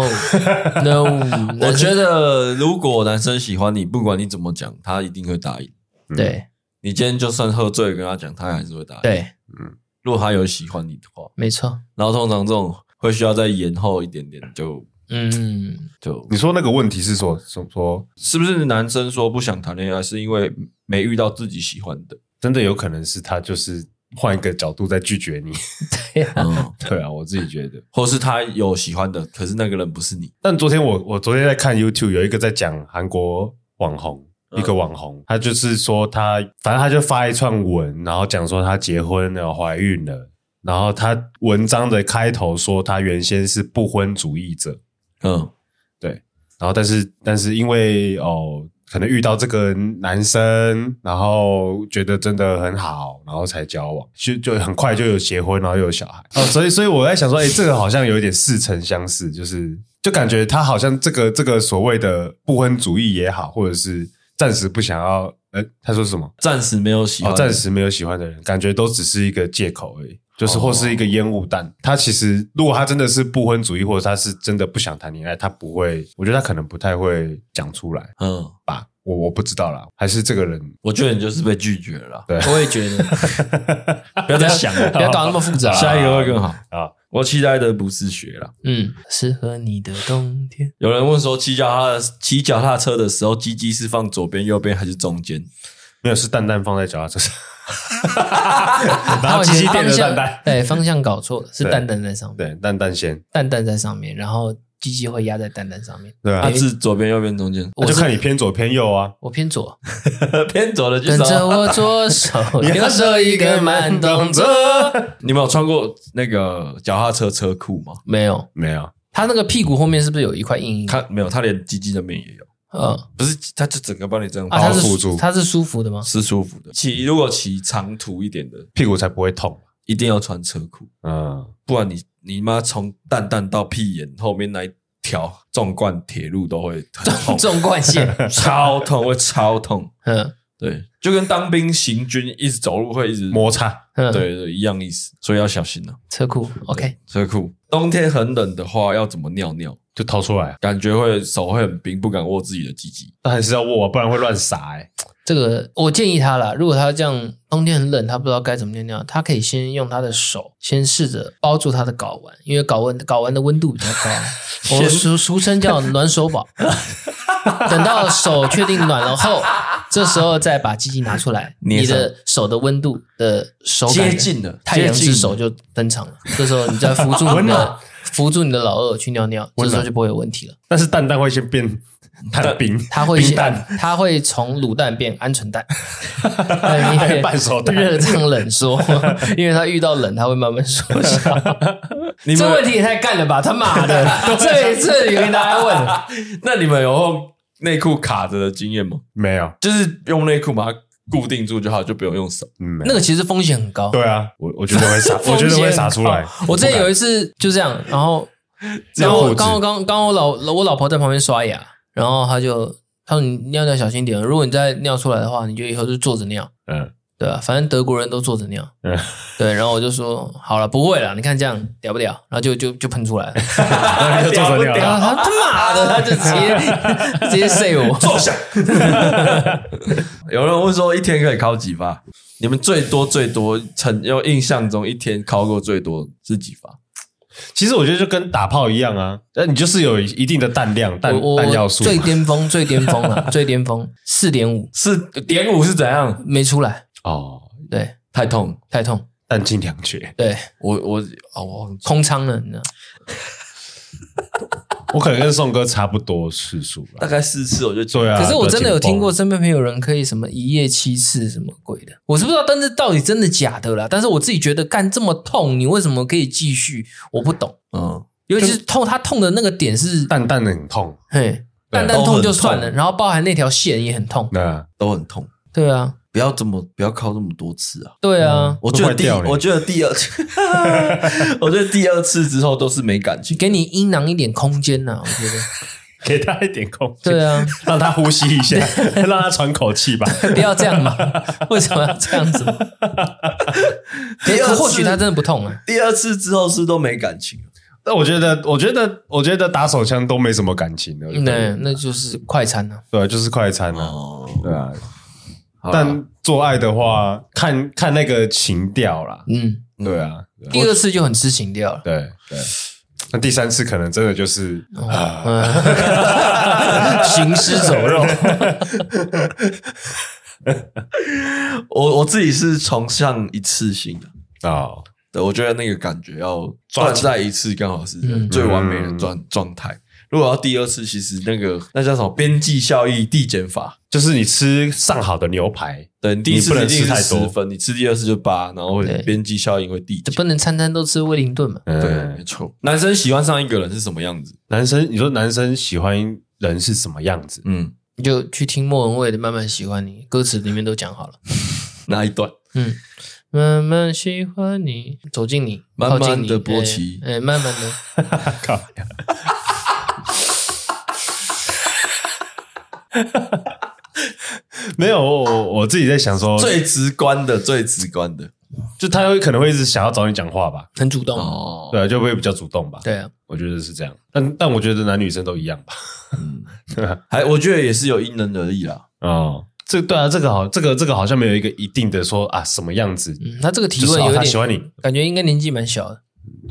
No，
我觉得如果男生喜欢你，不管你怎么讲，他一定会答应。
对，
你今天就算喝醉跟他讲，他还是会答应。
对，
嗯，如果他有喜欢你的话，
没错。
然后通常这种会需要再延后一点点，就
嗯，
就
你说那个问题是说说说
是不是男生说不想谈恋爱，是因为没遇到自己喜欢的？
真的有可能是他就是换一个角度在拒绝你。
对啊，
嗯，
对啊，我自己觉得，
或是他有喜欢的，可是那个人不是你。
但昨天我我昨天在看 YouTube 有一个在讲韩国网红。一个网红，他就是说他，反正他就发一串文，然后讲说他结婚了，怀孕了，然后他文章的开头说他原先是不婚主义者，
嗯，
对，然后但是但是因为哦，可能遇到这个男生，然后觉得真的很好，然后才交往，就就很快就有结婚，然后又有小孩，哦，所以所以我在想说，哎，这个好像有一点似曾相识，就是就感觉他好像这个这个所谓的不婚主义也好，或者是暂时不想要，呃，他说什么？
暂时没有喜欢，
哦，暂时没有喜欢的人，感觉都只是一个借口而已，就是或是一个烟雾弹。他其实如果他真的是不婚主义，或者他是真的不想谈恋爱，他不会，我觉得他可能不太会讲出来，
嗯
吧。我我不知道啦，还是这个人，
我觉得你就是被拒绝了啦。
对，
我也觉得，
不要再想了，
不要搞那么复杂，
下一个会更好
啊。
我期待的不是雪啦，
嗯，适合你的冬天。
有人问说，骑脚踏骑脚踏车的时候，鸡鸡是放左边、右边还是中间？
没有，是蛋蛋放在脚踏车上，然后鸡鸡垫着蛋蛋，
对，方向搞错了，是蛋蛋在上面，
对，蛋蛋先，
蛋蛋在上面，然后鸡鸡会压在蛋蛋上面，
对啊，
它是左边、右边、中间，
那就看你偏左偏右啊。
我偏左，
偏左的举
跟
手。
着我左手，右手一个慢动作。
你们有穿过那个脚踏车车裤吗？
没有，
没有，
他那个屁股后面是不是有一块硬硬？
它没有，它连鸡鸡那边也有。
嗯，
不是，它就整个帮你这样
啊，它
包覆住，
是它是舒服的吗？
是舒服的。骑如果骑长途一点的，
屁股才不会痛。
一定要穿车裤，
嗯，
不然你你妈从蛋蛋到屁眼后面那一条纵贯铁路都会很痛，
纵贯线
超痛，会超痛。
嗯，
对，就跟当兵行军一直走路会一直
摩擦，
嗯，
对对，一样意思，所以要小心啊。
车裤 OK，
车裤。冬天很冷的话，要怎么尿尿？
就掏出来，
感觉会手会很冰，不敢握自己的鸡鸡。
但还是要握啊，不然会乱撒哎、欸。
这个我建议他啦，如果他这样冬天很冷，他不知道该怎么尿尿，他可以先用他的手先试着包住他的睾丸，因为睾丸睾丸的温度比较高，我们俗俗称叫暖手宝。等到手确定暖了后，这时候再把鸡鸡拿出来，你的手的温度的手感
接近了，
太阳之手就登场了。这时候你再扶住你的扶住你的老二去尿尿，这时候就不会有问题了。
但是蛋蛋会先变蛋冰，
它会
冰蛋，
它会从卤蛋变鹌鹑蛋，
还有半熟蛋，
热胀冷缩，因为它遇到冷，它会慢慢缩小。这问题也太干了吧！他妈的，这这里跟大家问，
那你们有用内裤卡着的经验吗？
没有，
就是用内裤把它固定住就好，就不用用手。
嗯，
那个其实风险很高。
对啊，我我觉得会撒，我觉得会撒出来。
我之前有一次就这样，然后然后刚刚刚我老我老婆在旁边刷牙，然后他就他说你尿尿小心点，如果你再尿出来的话，你就以后就坐着尿。嗯。对啊，反正德国人都坐着尿。嗯，对，然后我就说好了，不会了，你看这样屌不屌？然后就就就喷出来了，
然后就坐着尿。
然后他他妈的，他就直接直接 say 我
坐下。有人问说一天可以敲几发？你们最多最多曾有印象中一天敲过最多是几发？
其实我觉得就跟打炮一样啊，那你就是有一定的弹量、弹弹药数。
最巅峰、最巅峰了，最巅峰四点五，
四点五是怎样？
没出来。
哦，
对，
太痛，
太痛，
弹尽粮绝。
对
我我哦，我忘记
空仓了，你知道？
我可能跟宋哥差不多次数吧，
大概四次，我就
对啊。
可是我真的有听过身边朋友人可以什么一夜七次什么鬼的，我是不知道，但是到底真的假的啦？但是我自己觉得干这么痛，你为什么可以继续？我不懂，嗯，尤其是痛，他痛的那个点是
淡淡的很痛，
嘿，淡淡痛就算了，然后包含那条线也很痛，
对啊，
都很痛，
对啊。
不要这么，不要靠这么多次啊！
对啊，
嗯、我觉得第，我觉得第二次，我觉得第二次之后都是没感情，
给你阴囊一点空间呐、啊，我觉得
给他一点空间，
对啊，
让他呼吸一下，让他喘口气吧，
不要这样嘛！为什么要这样子？第二或许他真的不痛啊。
第二次之后是都没感情。
那我觉得，我觉得，我觉得打手枪都没什么感情的，
那那就是快餐啊，
对，就是快餐啊，
哦、
对啊。但做爱的话，看看那个情调啦。嗯，对啊。
第二次就很吃情调了。
对对。那第三次可能真的就是、哦
啊、行尸走肉。
我我自己是崇尚一次性的
哦。
对，我觉得那个感觉要断在一次，刚好是最完美的状状态。如果要第二次，其实那个那叫什么边际效益递减法，
就是你吃上好的牛排，
对，你第一次
不能吃太多，
十分，你吃第二次就八，然后会边际效应会递减，
不能餐餐都吃威灵顿嘛？
对，没错。男生喜欢上一个人是什么样子？
男生，你说男生喜欢人是什么样子？
嗯，你就去听莫文蔚的《慢慢喜欢你》，歌词里面都讲好了。
哪一段？
嗯。慢慢喜欢你，走近你，
慢慢的勃起，
哎、欸欸，慢慢的，
靠！没有，我我自己在想说，
最直观的，最直观的，
就他会可能会一直想要找你讲话吧，
很主动
哦，
对啊，就会比较主动吧，
对啊，
我觉得是这样，但但我觉得男女生都一样吧，
嗯，对啊，还我觉得也是有因人而异啦，
哦。这对啊，这个好，这个这个好像没有一个一定的说啊什么样子。
嗯，他这个提问有点、
哦、他喜欢你，
感觉应该年纪蛮小的。
对，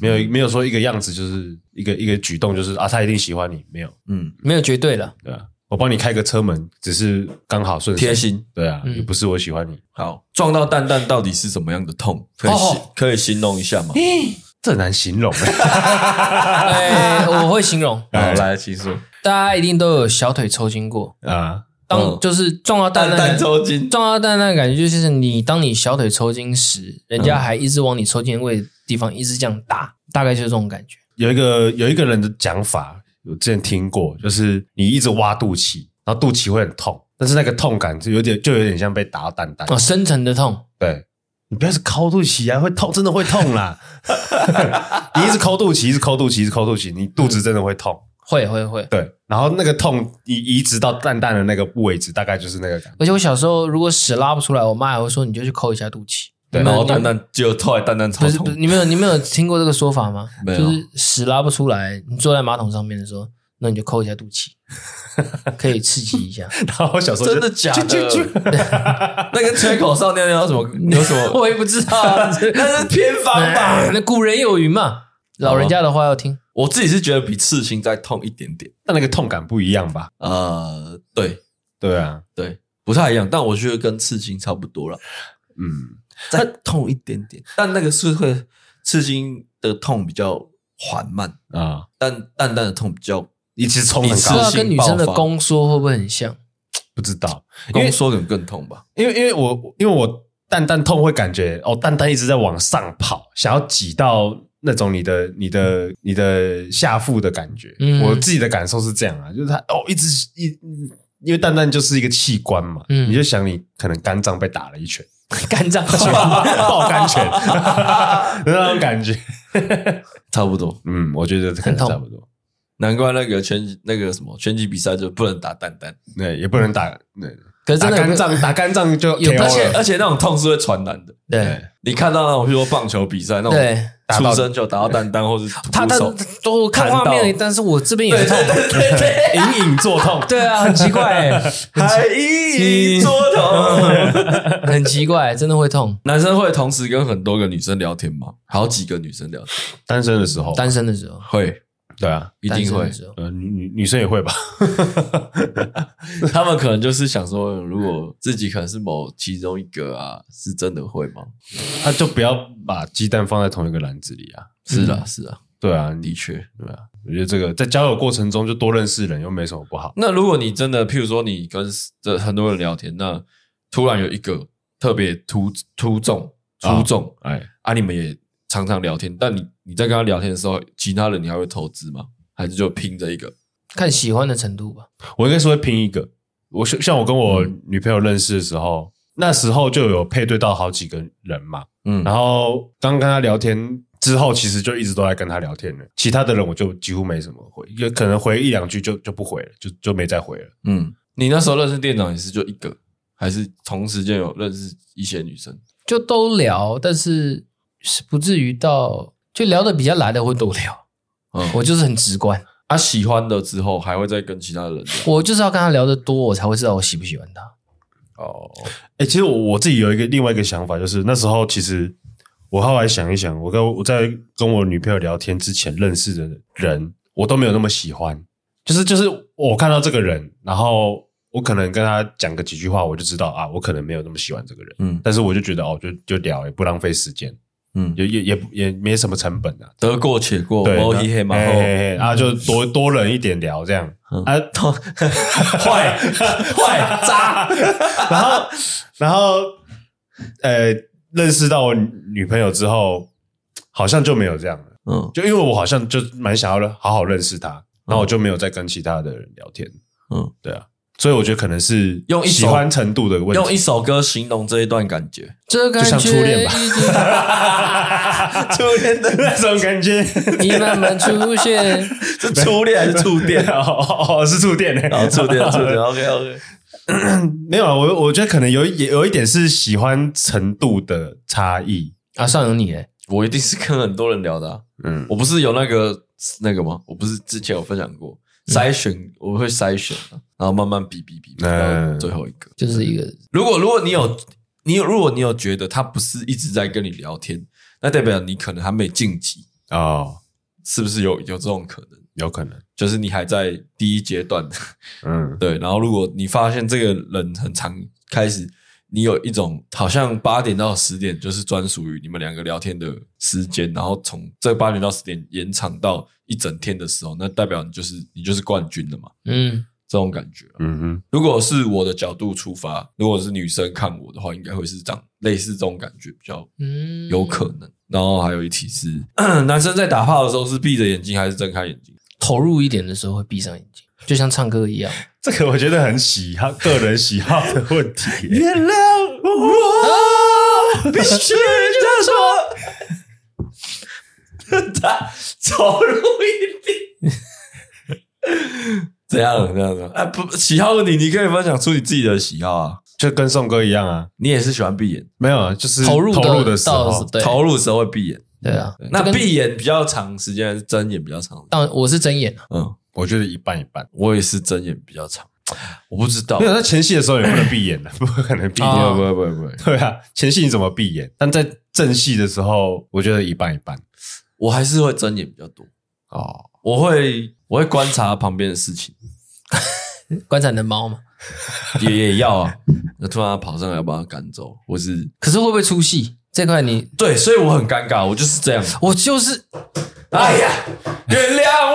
没有没有说一个样子就是一个一个举动就是啊，他一定喜欢你，没有，
嗯，
没有绝对了。
对啊，我帮你开个车门，只是刚好顺手
贴心，
对啊，
嗯
也不是我喜欢你。
好，撞到蛋蛋到底是什么样的痛？可以、
哦、
可以形容一下吗？
这很难形容
哎，我会形容。
好，来，请说。
大家一定都有小腿抽筋过
啊。
当就是撞到蛋
蛋蛋抽筋，
撞到蛋蛋的感觉就是你当你小腿抽筋时，人家还一直往你抽筋的位地方一直这样打，大概就是这种感觉。
有一个有一个人的讲法，我之前听过，就是你一直挖肚脐，然后肚脐会很痛，但是那个痛感就有点就有点像被打到蛋蛋
哦，深层的痛。
对，你不要是抠肚脐啊，会痛，真的会痛啦。你一直抠肚脐，一直抠肚脐，一直抠肚脐，你肚子真的会痛。
会会会，
对，然后那个痛移移植到蛋蛋的那个位置，大概就是那个感觉。
而且我小时候如果屎拉不出来，我妈还会说你就去抠一下肚脐。
对，然后蛋蛋就后来蛋蛋超痛。
不是不是，你没有你没有听过这个说法吗？
没有，
就是屎拉不出来，你坐在马桶上面的时候，那你就抠一下肚脐，可以刺激一下。
然后我小时候
真的假的？那跟吹口哨尿尿有什么有什么？
我也不知道、啊，
那是偏方吧？
那古人有云嘛，老人家的话要听。
我自己是觉得比刺青再痛一点点，
但那个痛感不一样吧？
呃，对，
对啊，
对，不太一样，但我觉得跟刺青差不多了。
嗯，
再痛一点点，但那个是会刺青的痛比较缓慢
啊，
但蛋蛋的痛比较
一直冲很高，
不知道跟女生的宫缩会不会很像？
不知道，
宫缩可能更痛吧？
因为因为我因为我蛋蛋痛会感觉哦，蛋蛋一直在往上跑，想要挤到那种你的你的你的下腹的感觉。嗯，我自己的感受是这样啊，就是它哦一直一，因为蛋蛋就是一个器官嘛，嗯，你就想你可能肝脏被打了一拳。
肝脏拳
爆肝拳那种感觉
差不多。
嗯，我觉得可能差不多。
难怪那个拳那个什么拳击比赛就不能打蛋蛋，
对，也不能打。对，
可是真的
打肝脏，打肝脏就
有，而且而且那种痛是会传染的。
对，
你看到那种，比如说棒球比赛那种，
对，
出生就打到蛋蛋，或是
他他都看画面，但是我这边也会痛，
对对，
隐隐作痛。
对啊，很奇怪，
还隐隐作痛，
很奇怪，真的会痛。
男生会同时跟很多个女生聊天吗？好几个女生聊天？
单身的时候，
单身的时候
会。
对啊，
一定会。
呃，女女女生也会吧？
他们可能就是想说，如果自己可能是某其中一个啊，是真的会吗？
那、啊、就不要把鸡蛋放在同一个篮子里啊。
是啊，是啊，
对啊，
的确，
对啊。我觉得这个在交友过程中就多认识人，又没什么不好。
那如果你真的，譬如说你跟这很多人聊天，那突然有一个特别突突中出众，哎、哦、啊，你们也常常聊天，但你你在跟他聊天的时候，其他人你还会投资吗？还是就拼着一个？
看喜欢的程度吧。
我应该是会拼一个。我像我跟我女朋友认识的时候，嗯、那时候就有配对到好几个人嘛，嗯，然后刚跟他聊天之后，其实就一直都在跟他聊天了。其他的人我就几乎没什么回，也可能回一两句就就不回了，就就没再回了。
嗯，你那时候认识店长也是就一个，还是同时间有认识一些女生？
就都聊，但是是不至于到就聊得比较来的会都聊。嗯，我就是很直观。
他、啊、喜欢了之后，还会再跟其他人聊。
我就是要跟他聊得多，我才会知道我喜不喜欢他。
哦，哎、欸，其实我我自己有一个另外一个想法，就是那时候其实我后来想一想，我跟我在跟我女朋友聊天之前认识的人，我都没有那么喜欢。就是就是我看到这个人，然后我可能跟他讲个几句话，我就知道啊，我可能没有那么喜欢这个人。嗯，但是我就觉得哦，就就聊，也不浪费时间。嗯，也也也也没什么成本啊，
得过且过，
对，
摸黑黑嘛，
然后就多多人一点聊这样，嗯、啊，
坏坏渣，
然后然后呃，认识到我女朋友之后，好像就没有这样了，嗯，就因为我好像就蛮想要好好认识她，然后我就没有再跟其他的人聊天，嗯，对啊。所以我觉得可能是
用
喜欢程度的问题，
用一首歌形容这一段感觉，
这感觉
就像初恋吧，
初恋的
那种感觉，
你慢慢出现，
是初恋还是触电？
哦，是触电
哦，触电，触电 ，OK OK，
没有啊，我我觉得可能有有一点是喜欢程度的差异
啊。上有你诶，
我一定是跟很多人聊的、啊，嗯，我不是有那个那个吗？我不是之前有分享过。筛选、嗯、我会筛选、啊、然后慢慢比比比比到最后一个，
就是一个。
如果如果你有你有如果你有觉得他不是一直在跟你聊天，那代表你可能还没晋级
哦，
是不是有有这种可能？
有可能，
就是你还在第一阶段，
嗯，
对。然后如果你发现这个人很常开始，你有一种好像八点到十点就是专属于你们两个聊天的时间，然后从这八点到十点延长到一整天的时候，那代表你就是你就是冠军了嘛。
嗯，
这种感觉。
嗯哼，
如果是我的角度出发，如果是女生看我的话，应该会是这样，类似这种感觉比较有可能。嗯、然后还有一题是，男生在打炮的时候是闭着眼睛还是睁开眼睛？
投入一点的时候会闭上眼睛，就像唱歌一样。
这个我觉得很喜好个人喜好的问题。
原谅我，必须这么说。他投入一点。怎样？这样子？哎，不，喜好问题，你可以分享出你自己的喜好啊，
就跟宋哥一样啊。
你也是喜欢闭眼？
没有啊，就是
投入
投入的时候，
投入的时候会闭眼。
对啊，
那闭眼比较长时间还是睁眼比较长？
当然我是睁眼，
嗯，我觉得一半一半。
我也是睁眼比较长，我不知道。
没有，在前戏的时候也不能闭眼的，不可能闭眼，
不会不会不会。
对啊，前戏你怎么闭眼？但在正戏的时候，我觉得一半一半。
我还是会睁眼比较多哦，我会我会观察旁边的事情，
观察你的猫嘛，
也也要啊。那突然它跑上来要把它赶走，或是
可是会不会出戏？这块你
对，所以我很尴尬，我就是这样，
我就是，
哎呀，原谅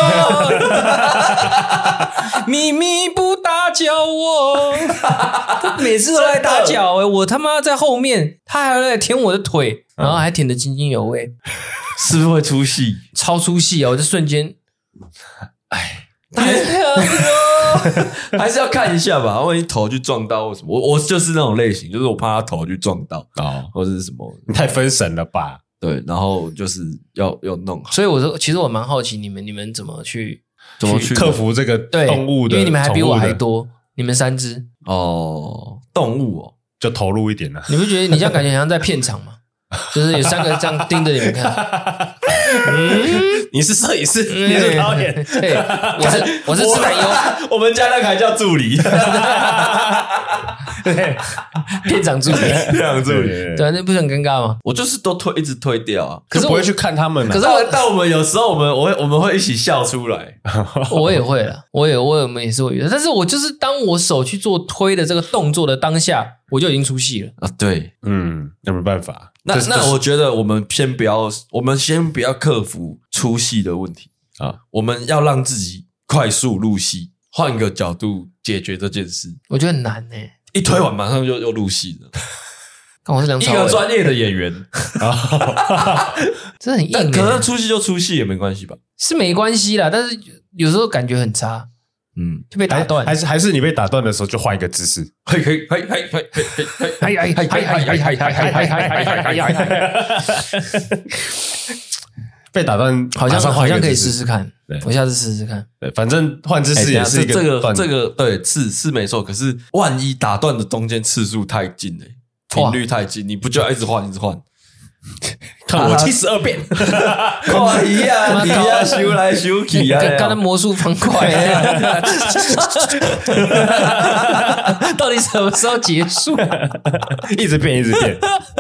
我，秘密不打搅我，他每次都来打搅诶、欸，我他妈在后面，他还来舔我的腿，然后还舔得津津有味，
是不是会出戏？
超出戏啊！我这瞬间，
哎，原谅我。还是要看一下吧，万一头去撞到或什么，我我就是那种类型，就是我怕他头去撞到哦，或者是什么，
你太分神了吧？
对，然后就是要要弄好。
所以我说，其实我蛮好奇你们你们怎么去
怎么去
克服这个动物的，
因为你们还比我还多，你们三只
哦，动物哦，
就投入一点了。
你不觉得你这样感觉好像在片场吗？就是有三个这样盯着你们看。
嗯，你是摄影师，嗯、你是导演，
对，我是我是自然优，
我们家那个还叫助理，
对，片场助理，
片场助理，
对，那不是很尴尬吗？
我就是都推，一直推掉啊，
可是不会去看他们、啊。
可是我，但我们有时候我们我会我们会一起笑出来，
我也会了，我也我们也是会遇到，但是我就是当我手去做推的这个动作的当下，我就已经出戏了
啊，对，
嗯，那没办法。
那那我觉得我们先不要，我们先不要克服出戏的问题啊，我们要让自己快速入戏，换一个角度解决这件事。
我觉得很难诶、欸，
一推完马上就又入戏了。
看我是梁朝伟，
一个专业的演员，
真的很硬、欸。
可能出戏就出戏也没关系吧？
是没关系啦，但是有时候感觉很差。嗯，就被打断，
还是还是你被打断的时候就换一个姿势，
嘿嘿嘿嘿嘿嘿嘿嘿嘿嘿嘿嘿嘿嘿嘿嘿嘿，
被打断
好像好像可以试试看，我下次试试看。
对，反正换姿势也是一个
这个这个对是是没错，可是万一打断的中间次数太近了，频率太近，你不就要一直换一直换？
看我七十二变，
快呀！你呀，修来修去啊！
刚才魔术方块，到底什么时候结束？
一直变，一直变，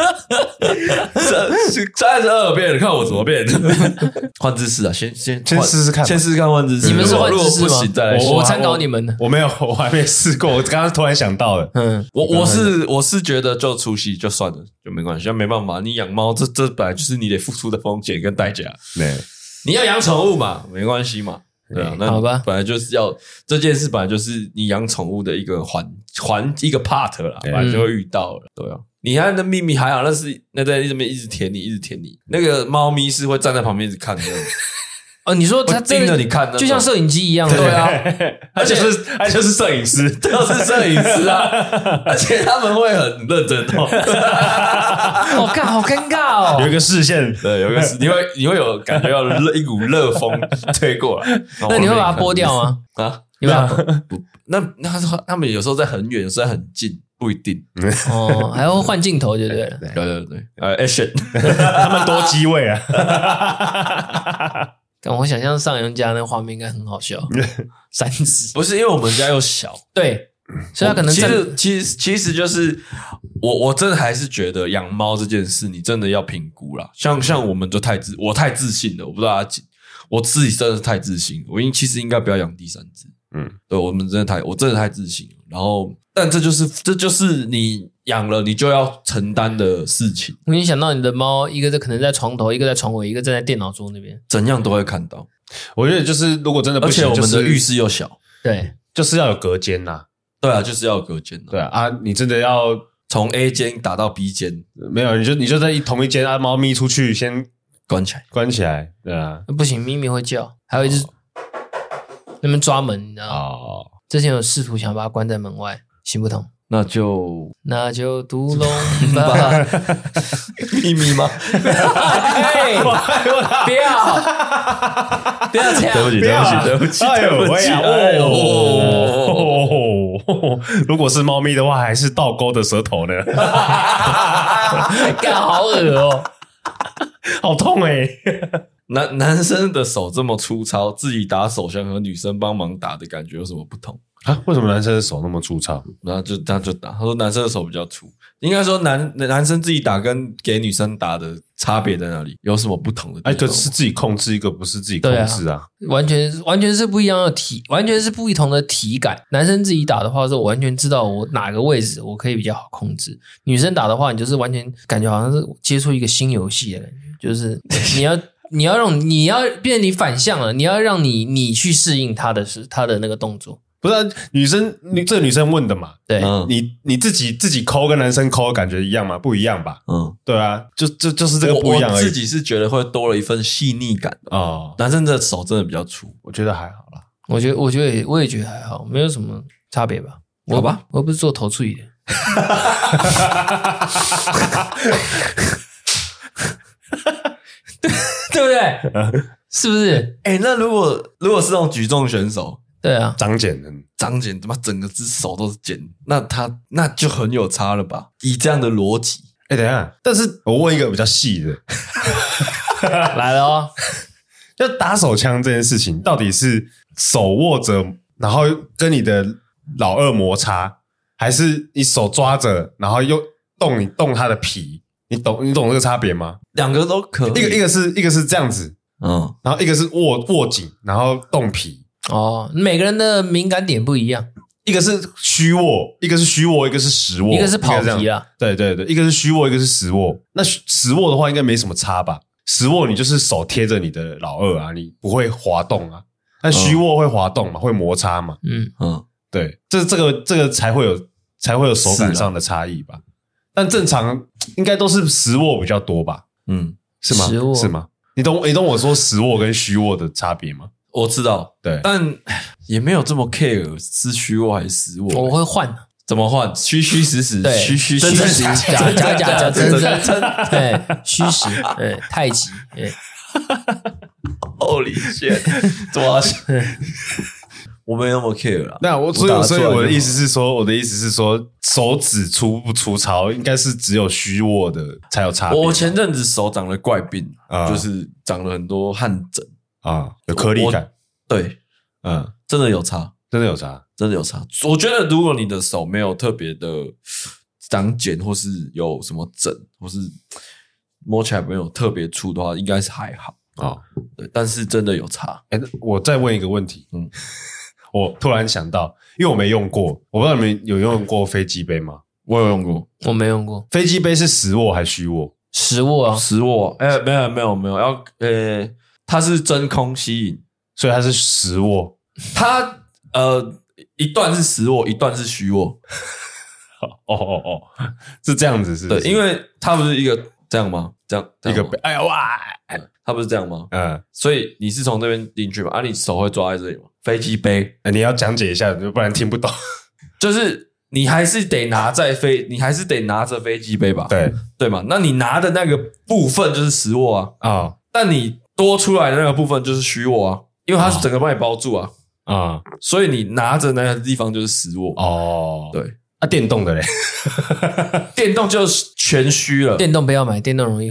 三十二变，看我怎么变。换姿势啊！先先
先试试看，
先试试看换姿势。
你们是换姿势吗？
再来
我参考你们的。
我没有，我还没试过。我刚刚突然想到了。
嗯，
我我是我是觉得就出戏就算了，就没关系，没办法。你养猫，这这本来就是你得付出的风险跟代价。
对，
你要养宠物嘛，没关系嘛。对啊，那
好吧，
本来就是要这件事，本来就是你养宠物的一个环环一个 part 啦，本来就会遇到了。对啊，你看那秘密还好，那是那在那边一直舔你，一直舔你。那个猫咪是会站在旁边一直看的。
哦，你说他
盯着你看，
就像摄影机一样，
对啊，
而且是而且就是摄影师，
都是摄影师啊，而且他们会很认真哦。
好尴好尴尬哦，
有一个视线，
对，有一个你会你会有感觉到一股热风吹过来，
那你会把它拨掉吗？
啊，
你把它
不，那那他们有时候在很远，有时候在很近。不一定
哦，还要换镜头，对不对？
对对对，呃 ，action，
他们多机位啊！
但我想象上人家那画面应该很好笑，三只
不是因为我们家又小，
对所以他可能
其实其实其实就是我我真的还是觉得养猫这件事，你真的要评估啦。像像我们就太自我太自信了，我不知道他我自己真的是太自信了，我应其实应该不要养第三只。嗯，对，我们真的太我真的太自信了。然后，但这就是这就是你养了你就要承担的事情。
我已经想到你的猫，一个在可能在床头，一个在床尾，一个站在电脑桌那边，
怎样都会看到。
我觉得就是如果真的不行，
而且我们的浴室又小，
对，
就是要有隔间呐。
对啊，就是要有隔间。
对啊，啊，你真的要
从 A 间打到 B 间，
没有，你就你就在同一间啊，猫咪出去先
关起来，
关起来，对啊，
不行，咪咪会叫，还有一只、哦、那边抓门，你知道吗？哦，之前有试图想把它关在门外，行不通。
那就
那就独龙吧，
秘密吗？
哎，不要，不要这样，
对不起，对不起，对不起，
哎呦喂呀！
哎呦，
哦，如果是猫咪的话，还是倒钩的舌头呢？
干好恶哦，
好痛哎！
男男生的手这么粗糙，自己打手枪和女生帮忙打的感觉有什么不同？
啊？为什么男生的手那么粗糙？
然后就他就打，他说男生的手比较粗，应该说男男生自己打跟给女生打的差别在哪里？有什么不同的地方？
哎，对，是自己控制，一个不是自己控制啊，
啊完全完全是不一样的体，完全是不同的体感。男生自己打的话，是我完全知道我哪个位置我可以比较好控制；女生打的话，你就是完全感觉好像是接触一个新游戏的感觉，就是你要。你要让你要变成你反向了，你要让你你去适应他的是他的那个动作，
不是、啊、女生女这个女生问的嘛？
对，
嗯、你你自己自己抠跟男生抠感觉一样吗？不一样吧？嗯，对啊，就就就是这个不一样而已。
我自己是觉得会多了一份细腻感哦。男生的手真的比较粗，
我觉得还好啦。
我觉得我觉得也我也觉得还好，没有什么差别吧？
好吧，
我又不是做头处理的。对不对？是不是？
哎、欸，那如果如果是那种举重选手，
对啊，
长茧的，
长茧，他妈整个只手都是茧，那他那就很有差了吧？以这样的逻辑，
哎、欸，等一下，但是我问一个比较细的，
来了哦，
就打手枪这件事情，到底是手握着，然后跟你的老二摩擦，还是你手抓着，然后又动你动他的皮？你懂你懂这个差别吗？
两个都可以，
一个一个是一个是这样子，嗯，然后一个是握握紧，然后动皮。
哦，每个人的敏感点不一样，
一个是虚握，一个是虚握，一个是实握，
一个是跑皮啦。
对对对，一个是虚握，一个是实握。那实握的话，应该没什么差吧？实握你就是手贴着你的老二啊，你不会滑动啊。但虚握会滑动嘛，会摩擦嘛。嗯嗯，对，这这个这个才会有才会有手感上的差异吧。但正常应该都是实握比较多吧？嗯，是吗？
实握
是吗？你懂你懂我说实握跟虚握的差别吗？
我知道，
对，
但也没有这么 care 是虚握还是实握。
我会换，
怎么换？虚虚实实，
对，
虚虚
真真假假假假真真真，对，虚实，对，太极，对。
Holy shit！ 怎么？我没那么 care 啦。
那我所以所以我的意思是说，我的意思是说，手指粗不粗糙，应该是只有虚握的才有差别。
我前阵子手长了怪病，啊、就是长了很多汗疹
啊，有颗粒感。
对，嗯，真的有差，
真的有差，
真的有差。我觉得如果你的手没有特别的长茧，或是有什么疹，或是摸起来没有特别粗的话，应该是还好啊、哦。对，但是真的有差。
哎、欸，我再问一个问题，嗯。我突然想到，因为我没用过，我不知道你们有用过飞机杯吗？
我有用过，
我没用过。
飞机杯是实握还是虚握？
实握啊，
实握。哎、欸，没有没有没有，要呃、欸，它是真空吸引，
所以它是实握。
它呃一段是实握，一段是虚握。
哦哦哦，是这样子是不是？
对，因为它不是一个这样吗？这样, 这样
一个杯，哎呀哇！
它不是这样吗？嗯，所以你是从这边进去嘛？啊，你手会抓在这里吗？飞机杯，
欸、你要讲解一下，不然听不懂。
就是你还是得拿在飞，你还是得拿着飞机杯吧？
对
对嘛？那你拿的那个部分就是实握啊啊、哦，但你多出来的那个部分就是虚握啊，因为它是整个帮你包住啊啊、哦，所以你拿着那个地方就是实握哦。对，
啊，电动的嘞，
电动就全虚了，
电动不要买，电动容易坏。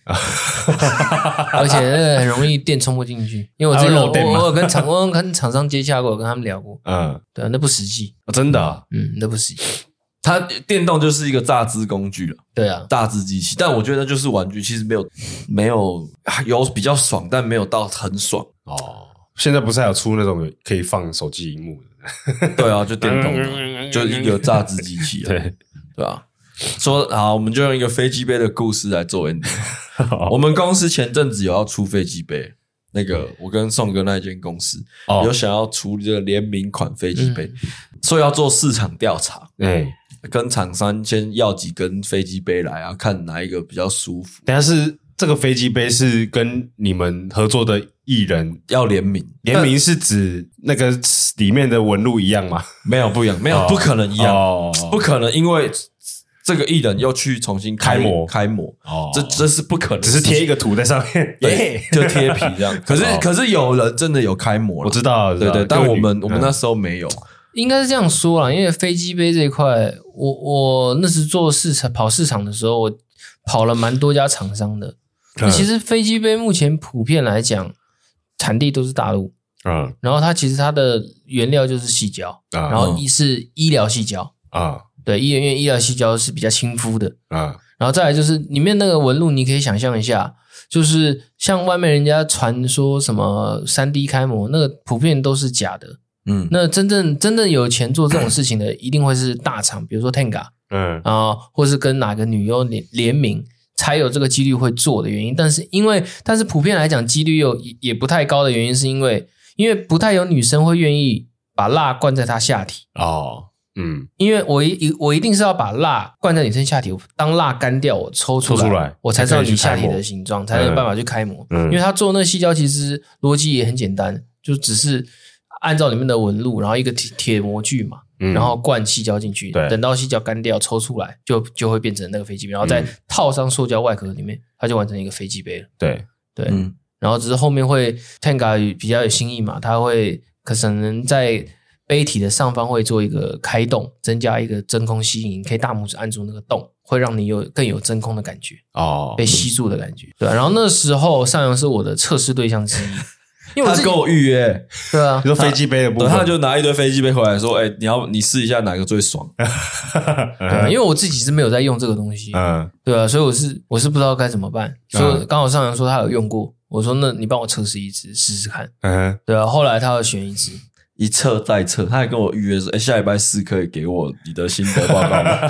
而且那个很容易电充不进去，因为我之前我我有跟厂我有跟厂商接洽过，我跟他们聊过，嗯，对啊，那不实际，
哦、真的、啊，
嗯，那不实际。
它电动就是一个榨汁工具了，
对啊，
榨汁机器。但我觉得就是玩具，其实没有没有有比较爽，但没有到很爽哦。
现在不是还有出那种可以放手机萤幕的？
对啊，就电动的，就一个榨汁机器、啊，
对
对啊。说好，我们就用一个飞机杯的故事来做 ending。我们公司前阵子有要出飞机杯，那个我跟宋哥那一间公司、哦、有想要出这个联名款飞机杯，嗯、所以要做市场调查。
嗯
跟厂商先要几根飞机杯来啊，看哪一个比较舒服。
但是这个飞机杯是跟你们合作的艺人
要联名，
联名是指那个里面的纹路一样吗？
没有不一样，没有、哦、不可能一样、哦，不可能，因为这个艺人又去重新开模开模，哦，这这是不可能，
只是贴一个图在上面，
对，就贴皮这样。可是、哦、可是有人真的有开模，
我知道，
对 对, 對，但我们我们那时候没有。
应该是这样说啦，因为飞机杯这一块，我我那时做市场跑市场的时候，我跑了蛮多家厂商的。嗯、其实飞机杯目前普遍来讲，产地都是大陆，嗯，然后它其实它的原料就是矽胶，嗯、然后一是医疗矽胶啊，嗯、对，因为医疗矽胶是比较亲肤的啊，嗯、然后再来就是里面那个纹路，你可以想象一下，就是像外面人家传说什么 三 D 开模，那个普遍都是假的。嗯，那真正真正有钱做这种事情的，一定会是大厂，比如说 Tenga， 嗯啊，或是跟哪个女优联联名，才有这个几率会做的原因。但是因为，但是普遍来讲，几率又也不太高的原因，是因为因为不太有女生会愿意把蜡灌在她下体哦，嗯，因为我一我一定是要把蜡灌在女生下体，当蜡干掉，我抽出来，抽出来我才知道你下体的形状，才有办法去开模。嗯，因为他做那个矽胶其实逻辑也很简单，就只是按照里面的纹路，然后一个铁铁模具嘛，嗯、然后灌矽胶进去，等到矽胶干掉抽出来，就就会变成那个飞机杯，然后再套上塑胶外壳里面，它就完成一个飞机杯了。
对
对、嗯，然后只是后面会 Tenga 比较有新意嘛，它会可能在杯体的上方会做一个开洞，增加一个真空吸引，可以大拇指按住那个洞，会让你有更有真空的感觉哦，被吸住的感觉。对、啊，然后那时候上扬是我的测试对象之一。因为我
他跟我预约，
对啊，
你说飞机杯的部分，
他就拿一堆飞机杯回来说：“哎、欸，你要你试一下哪个最爽。”
对啊，因为我自己是没有在用这个东西，嗯，对啊，所以我是我是不知道该怎么办。所以刚好上扬说他有用过，我说那你帮我测试一支试试看，嗯，对啊，后来他要选一支。
一测再测，他还跟我预约说：“哎、欸，下礼拜四可以给我你的心得报告吗？”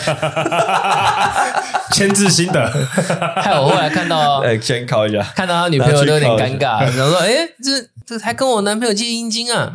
签字心得，
害我后来看到，
哎、欸，先考一下，
看到他女朋友都有点尴尬，然后说：“哎、欸，这这还跟我男朋友借阴茎啊！”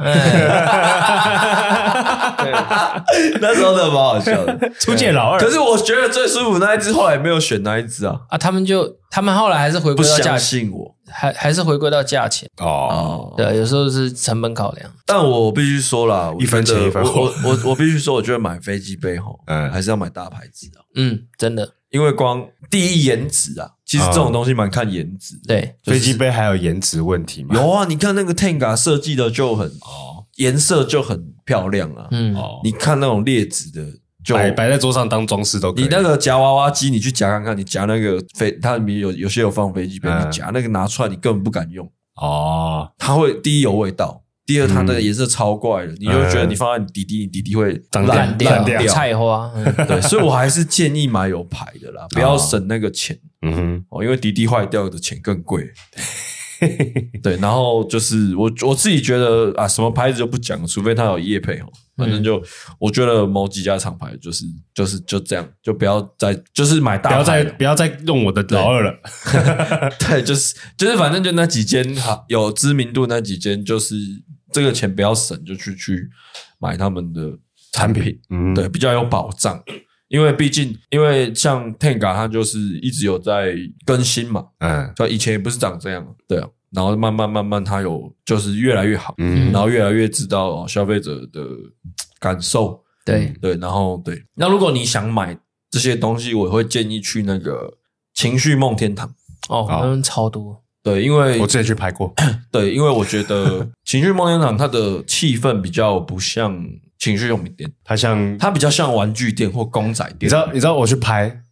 那时候真的蛮好笑的，
出借老二。
可是我觉得最舒服那一只，后来没有选那一只啊
啊！他们就他们后来还是回归到价钱，
不相信我，
还还是回归到价钱哦。对，有时候是成本考量。
但我必须说啦，
一分钱一分货。
我我我我必须说，我觉得买飞机杯齁，嗯，还是要买大牌子的。
嗯，真的。
因为光第一颜值啊，其实这种东西蛮看颜值、
哦。对，
就是、飞机杯还有颜值问题吗？
有啊，你看那个 Tenga 设计的就很哦，颜色就很漂亮啊。嗯，哦，你看那种劣质的就，
摆摆在桌上当装饰都可以。
你那个夹娃娃机，你去夹看看，你夹那个飞，它里面有有些有放飞机杯，嗯、你夹那个拿出来，你根本不敢用哦。它会第一有味道。第二，它的颜色超怪的，嗯、你就会觉得你放在你弟弟，你弟弟会
烂掉，菜花。嗯、
对，所以我还是建议买有牌的啦，不要省那个钱。嗯哼，哦，因为弟弟坏掉的钱更贵。对，然后就是我我自己觉得啊，什么牌子就不讲了，除非他有业配哦。反正就、嗯、我觉得某几家厂牌就是就是就这样，就不要再就是买大牌，
不要再不要再用我的老二了。
对，就是就是反正就那几间好有知名度那几间，就是这个钱不要省，就去去买他们的产品，嗯，对，比较有保障。因为毕竟，因为像 Tenga 它就是一直有在更新嘛，嗯，就以前也不是长这样，对啊，然后慢慢慢慢它有就是越来越好，嗯，然后越来越知道消费者的感受，
对
对，然后对，那如果你想买这些东西，我会建议去那个情绪梦天堂
哦，他们超多，
对，因为
我之前去拍过，
对，因为我觉得情绪梦天堂它的气氛比较不像情绪用品店，
它像
它比较像玩具店或公仔店。
你知道，你知道我去拍，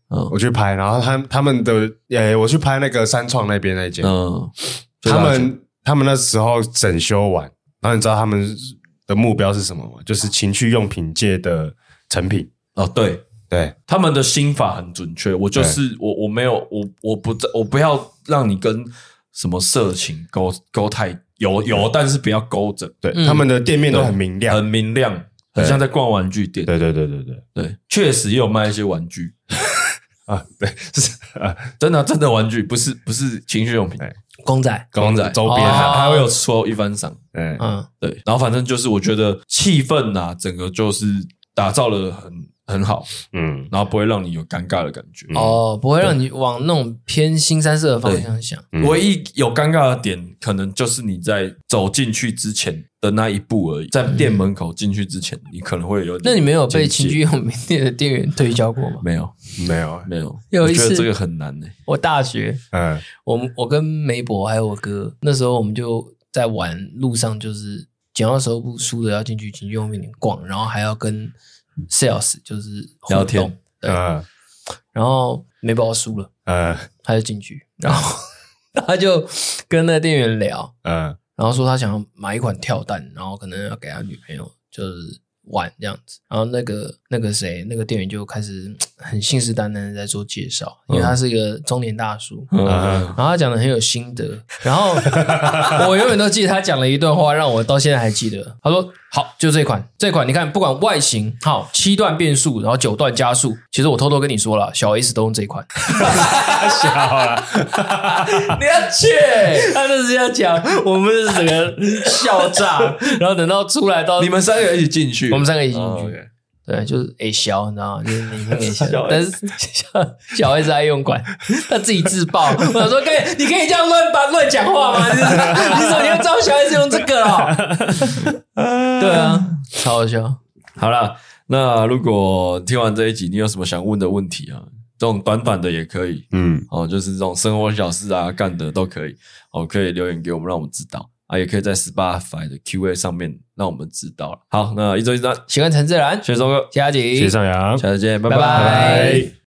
嗯，
我去拍，然后他他们的诶，我去拍那个三创那边那间，
嗯，
他们他们那时候整修完，然后你知道他们的目标是什么吗？就是情趣用品界的成品。
哦，对
对，
他们的心法很准确。我就是我我没有我我不我不要让你跟什么色情勾勾太有有，但是不要勾着。
对，
嗯、
他们的店面都很明亮，
很明亮，很像在逛玩具店。
对对对对对
对，确实也有卖一些玩具
啊，对，是啊，
真的真的玩具，不是不是情趣用品，
公仔
公仔
周边
还、
哦、
还会有抽一番赏。
嗯
嗯，
对，然后反正就是我觉得气氛啊，整个就是打造的很很好，
嗯，
然后不会让你有尴尬的感觉。
嗯、哦，不会让你往那种偏新三色的方向想。
唯一有尴尬的点，可能就是你在走进去之前的那一步而已，在店门口进去之前，你可能会有点。
那你没有被情趣用品店的店员推销过吗？
没有，
没有，
没有。
有一次
我觉得这个很难诶、欸。
我大学，
嗯，
我我跟梅博还有我哥，那时候我们就在玩，路上就是捡到手不输的要进去情趣用品店逛，然后还要跟 sales 就是
聊天，
对，
嗯、
然后梅博输了，
嗯，
他就进去，然后他就跟那店员聊，
嗯，
然后说他想要买一款跳蛋，然后可能要给他女朋友就是玩这样子，然后那个那个谁那个店员就开始很信誓旦旦的在做介绍，因为他是一个中年大叔，
嗯，
然后他讲的很有心得，然后我永远都记得他讲了一段话，让我到现在还记得。他说：“好，就这款，这款你看，不管外形，好七段变速，然后九段加速。其实我偷偷跟你说了，小 S 都用这一款。
小了，
你要切，他就是要讲，我们是整个笑炸，然后等到出来到
你们三个一起进去，
我们三个一起进去。
哦 okay
对，就是A 小，你知道吗？就是你们 A 小，但是小小 S 爱用管，他自己自爆。我想说，可以，你可以这样乱把乱讲话吗？你你怎么你要知道小 S 用这个哦？对啊，超好笑。
好啦，那如果听完这一集，你有什么想问的问题啊？这种短短的也可以，
嗯，
哦，就是这种生活小事啊，干的都可以，哦，可以留言给我们，让我们知道啊，也可以在 Spotify 的 Q A 上面让我们知道了。好，那一周一单，
喜欢陈自然，
谢谢周哥，
谢谢阿吉，
谢谢上扬，
下次见，拜
拜拜。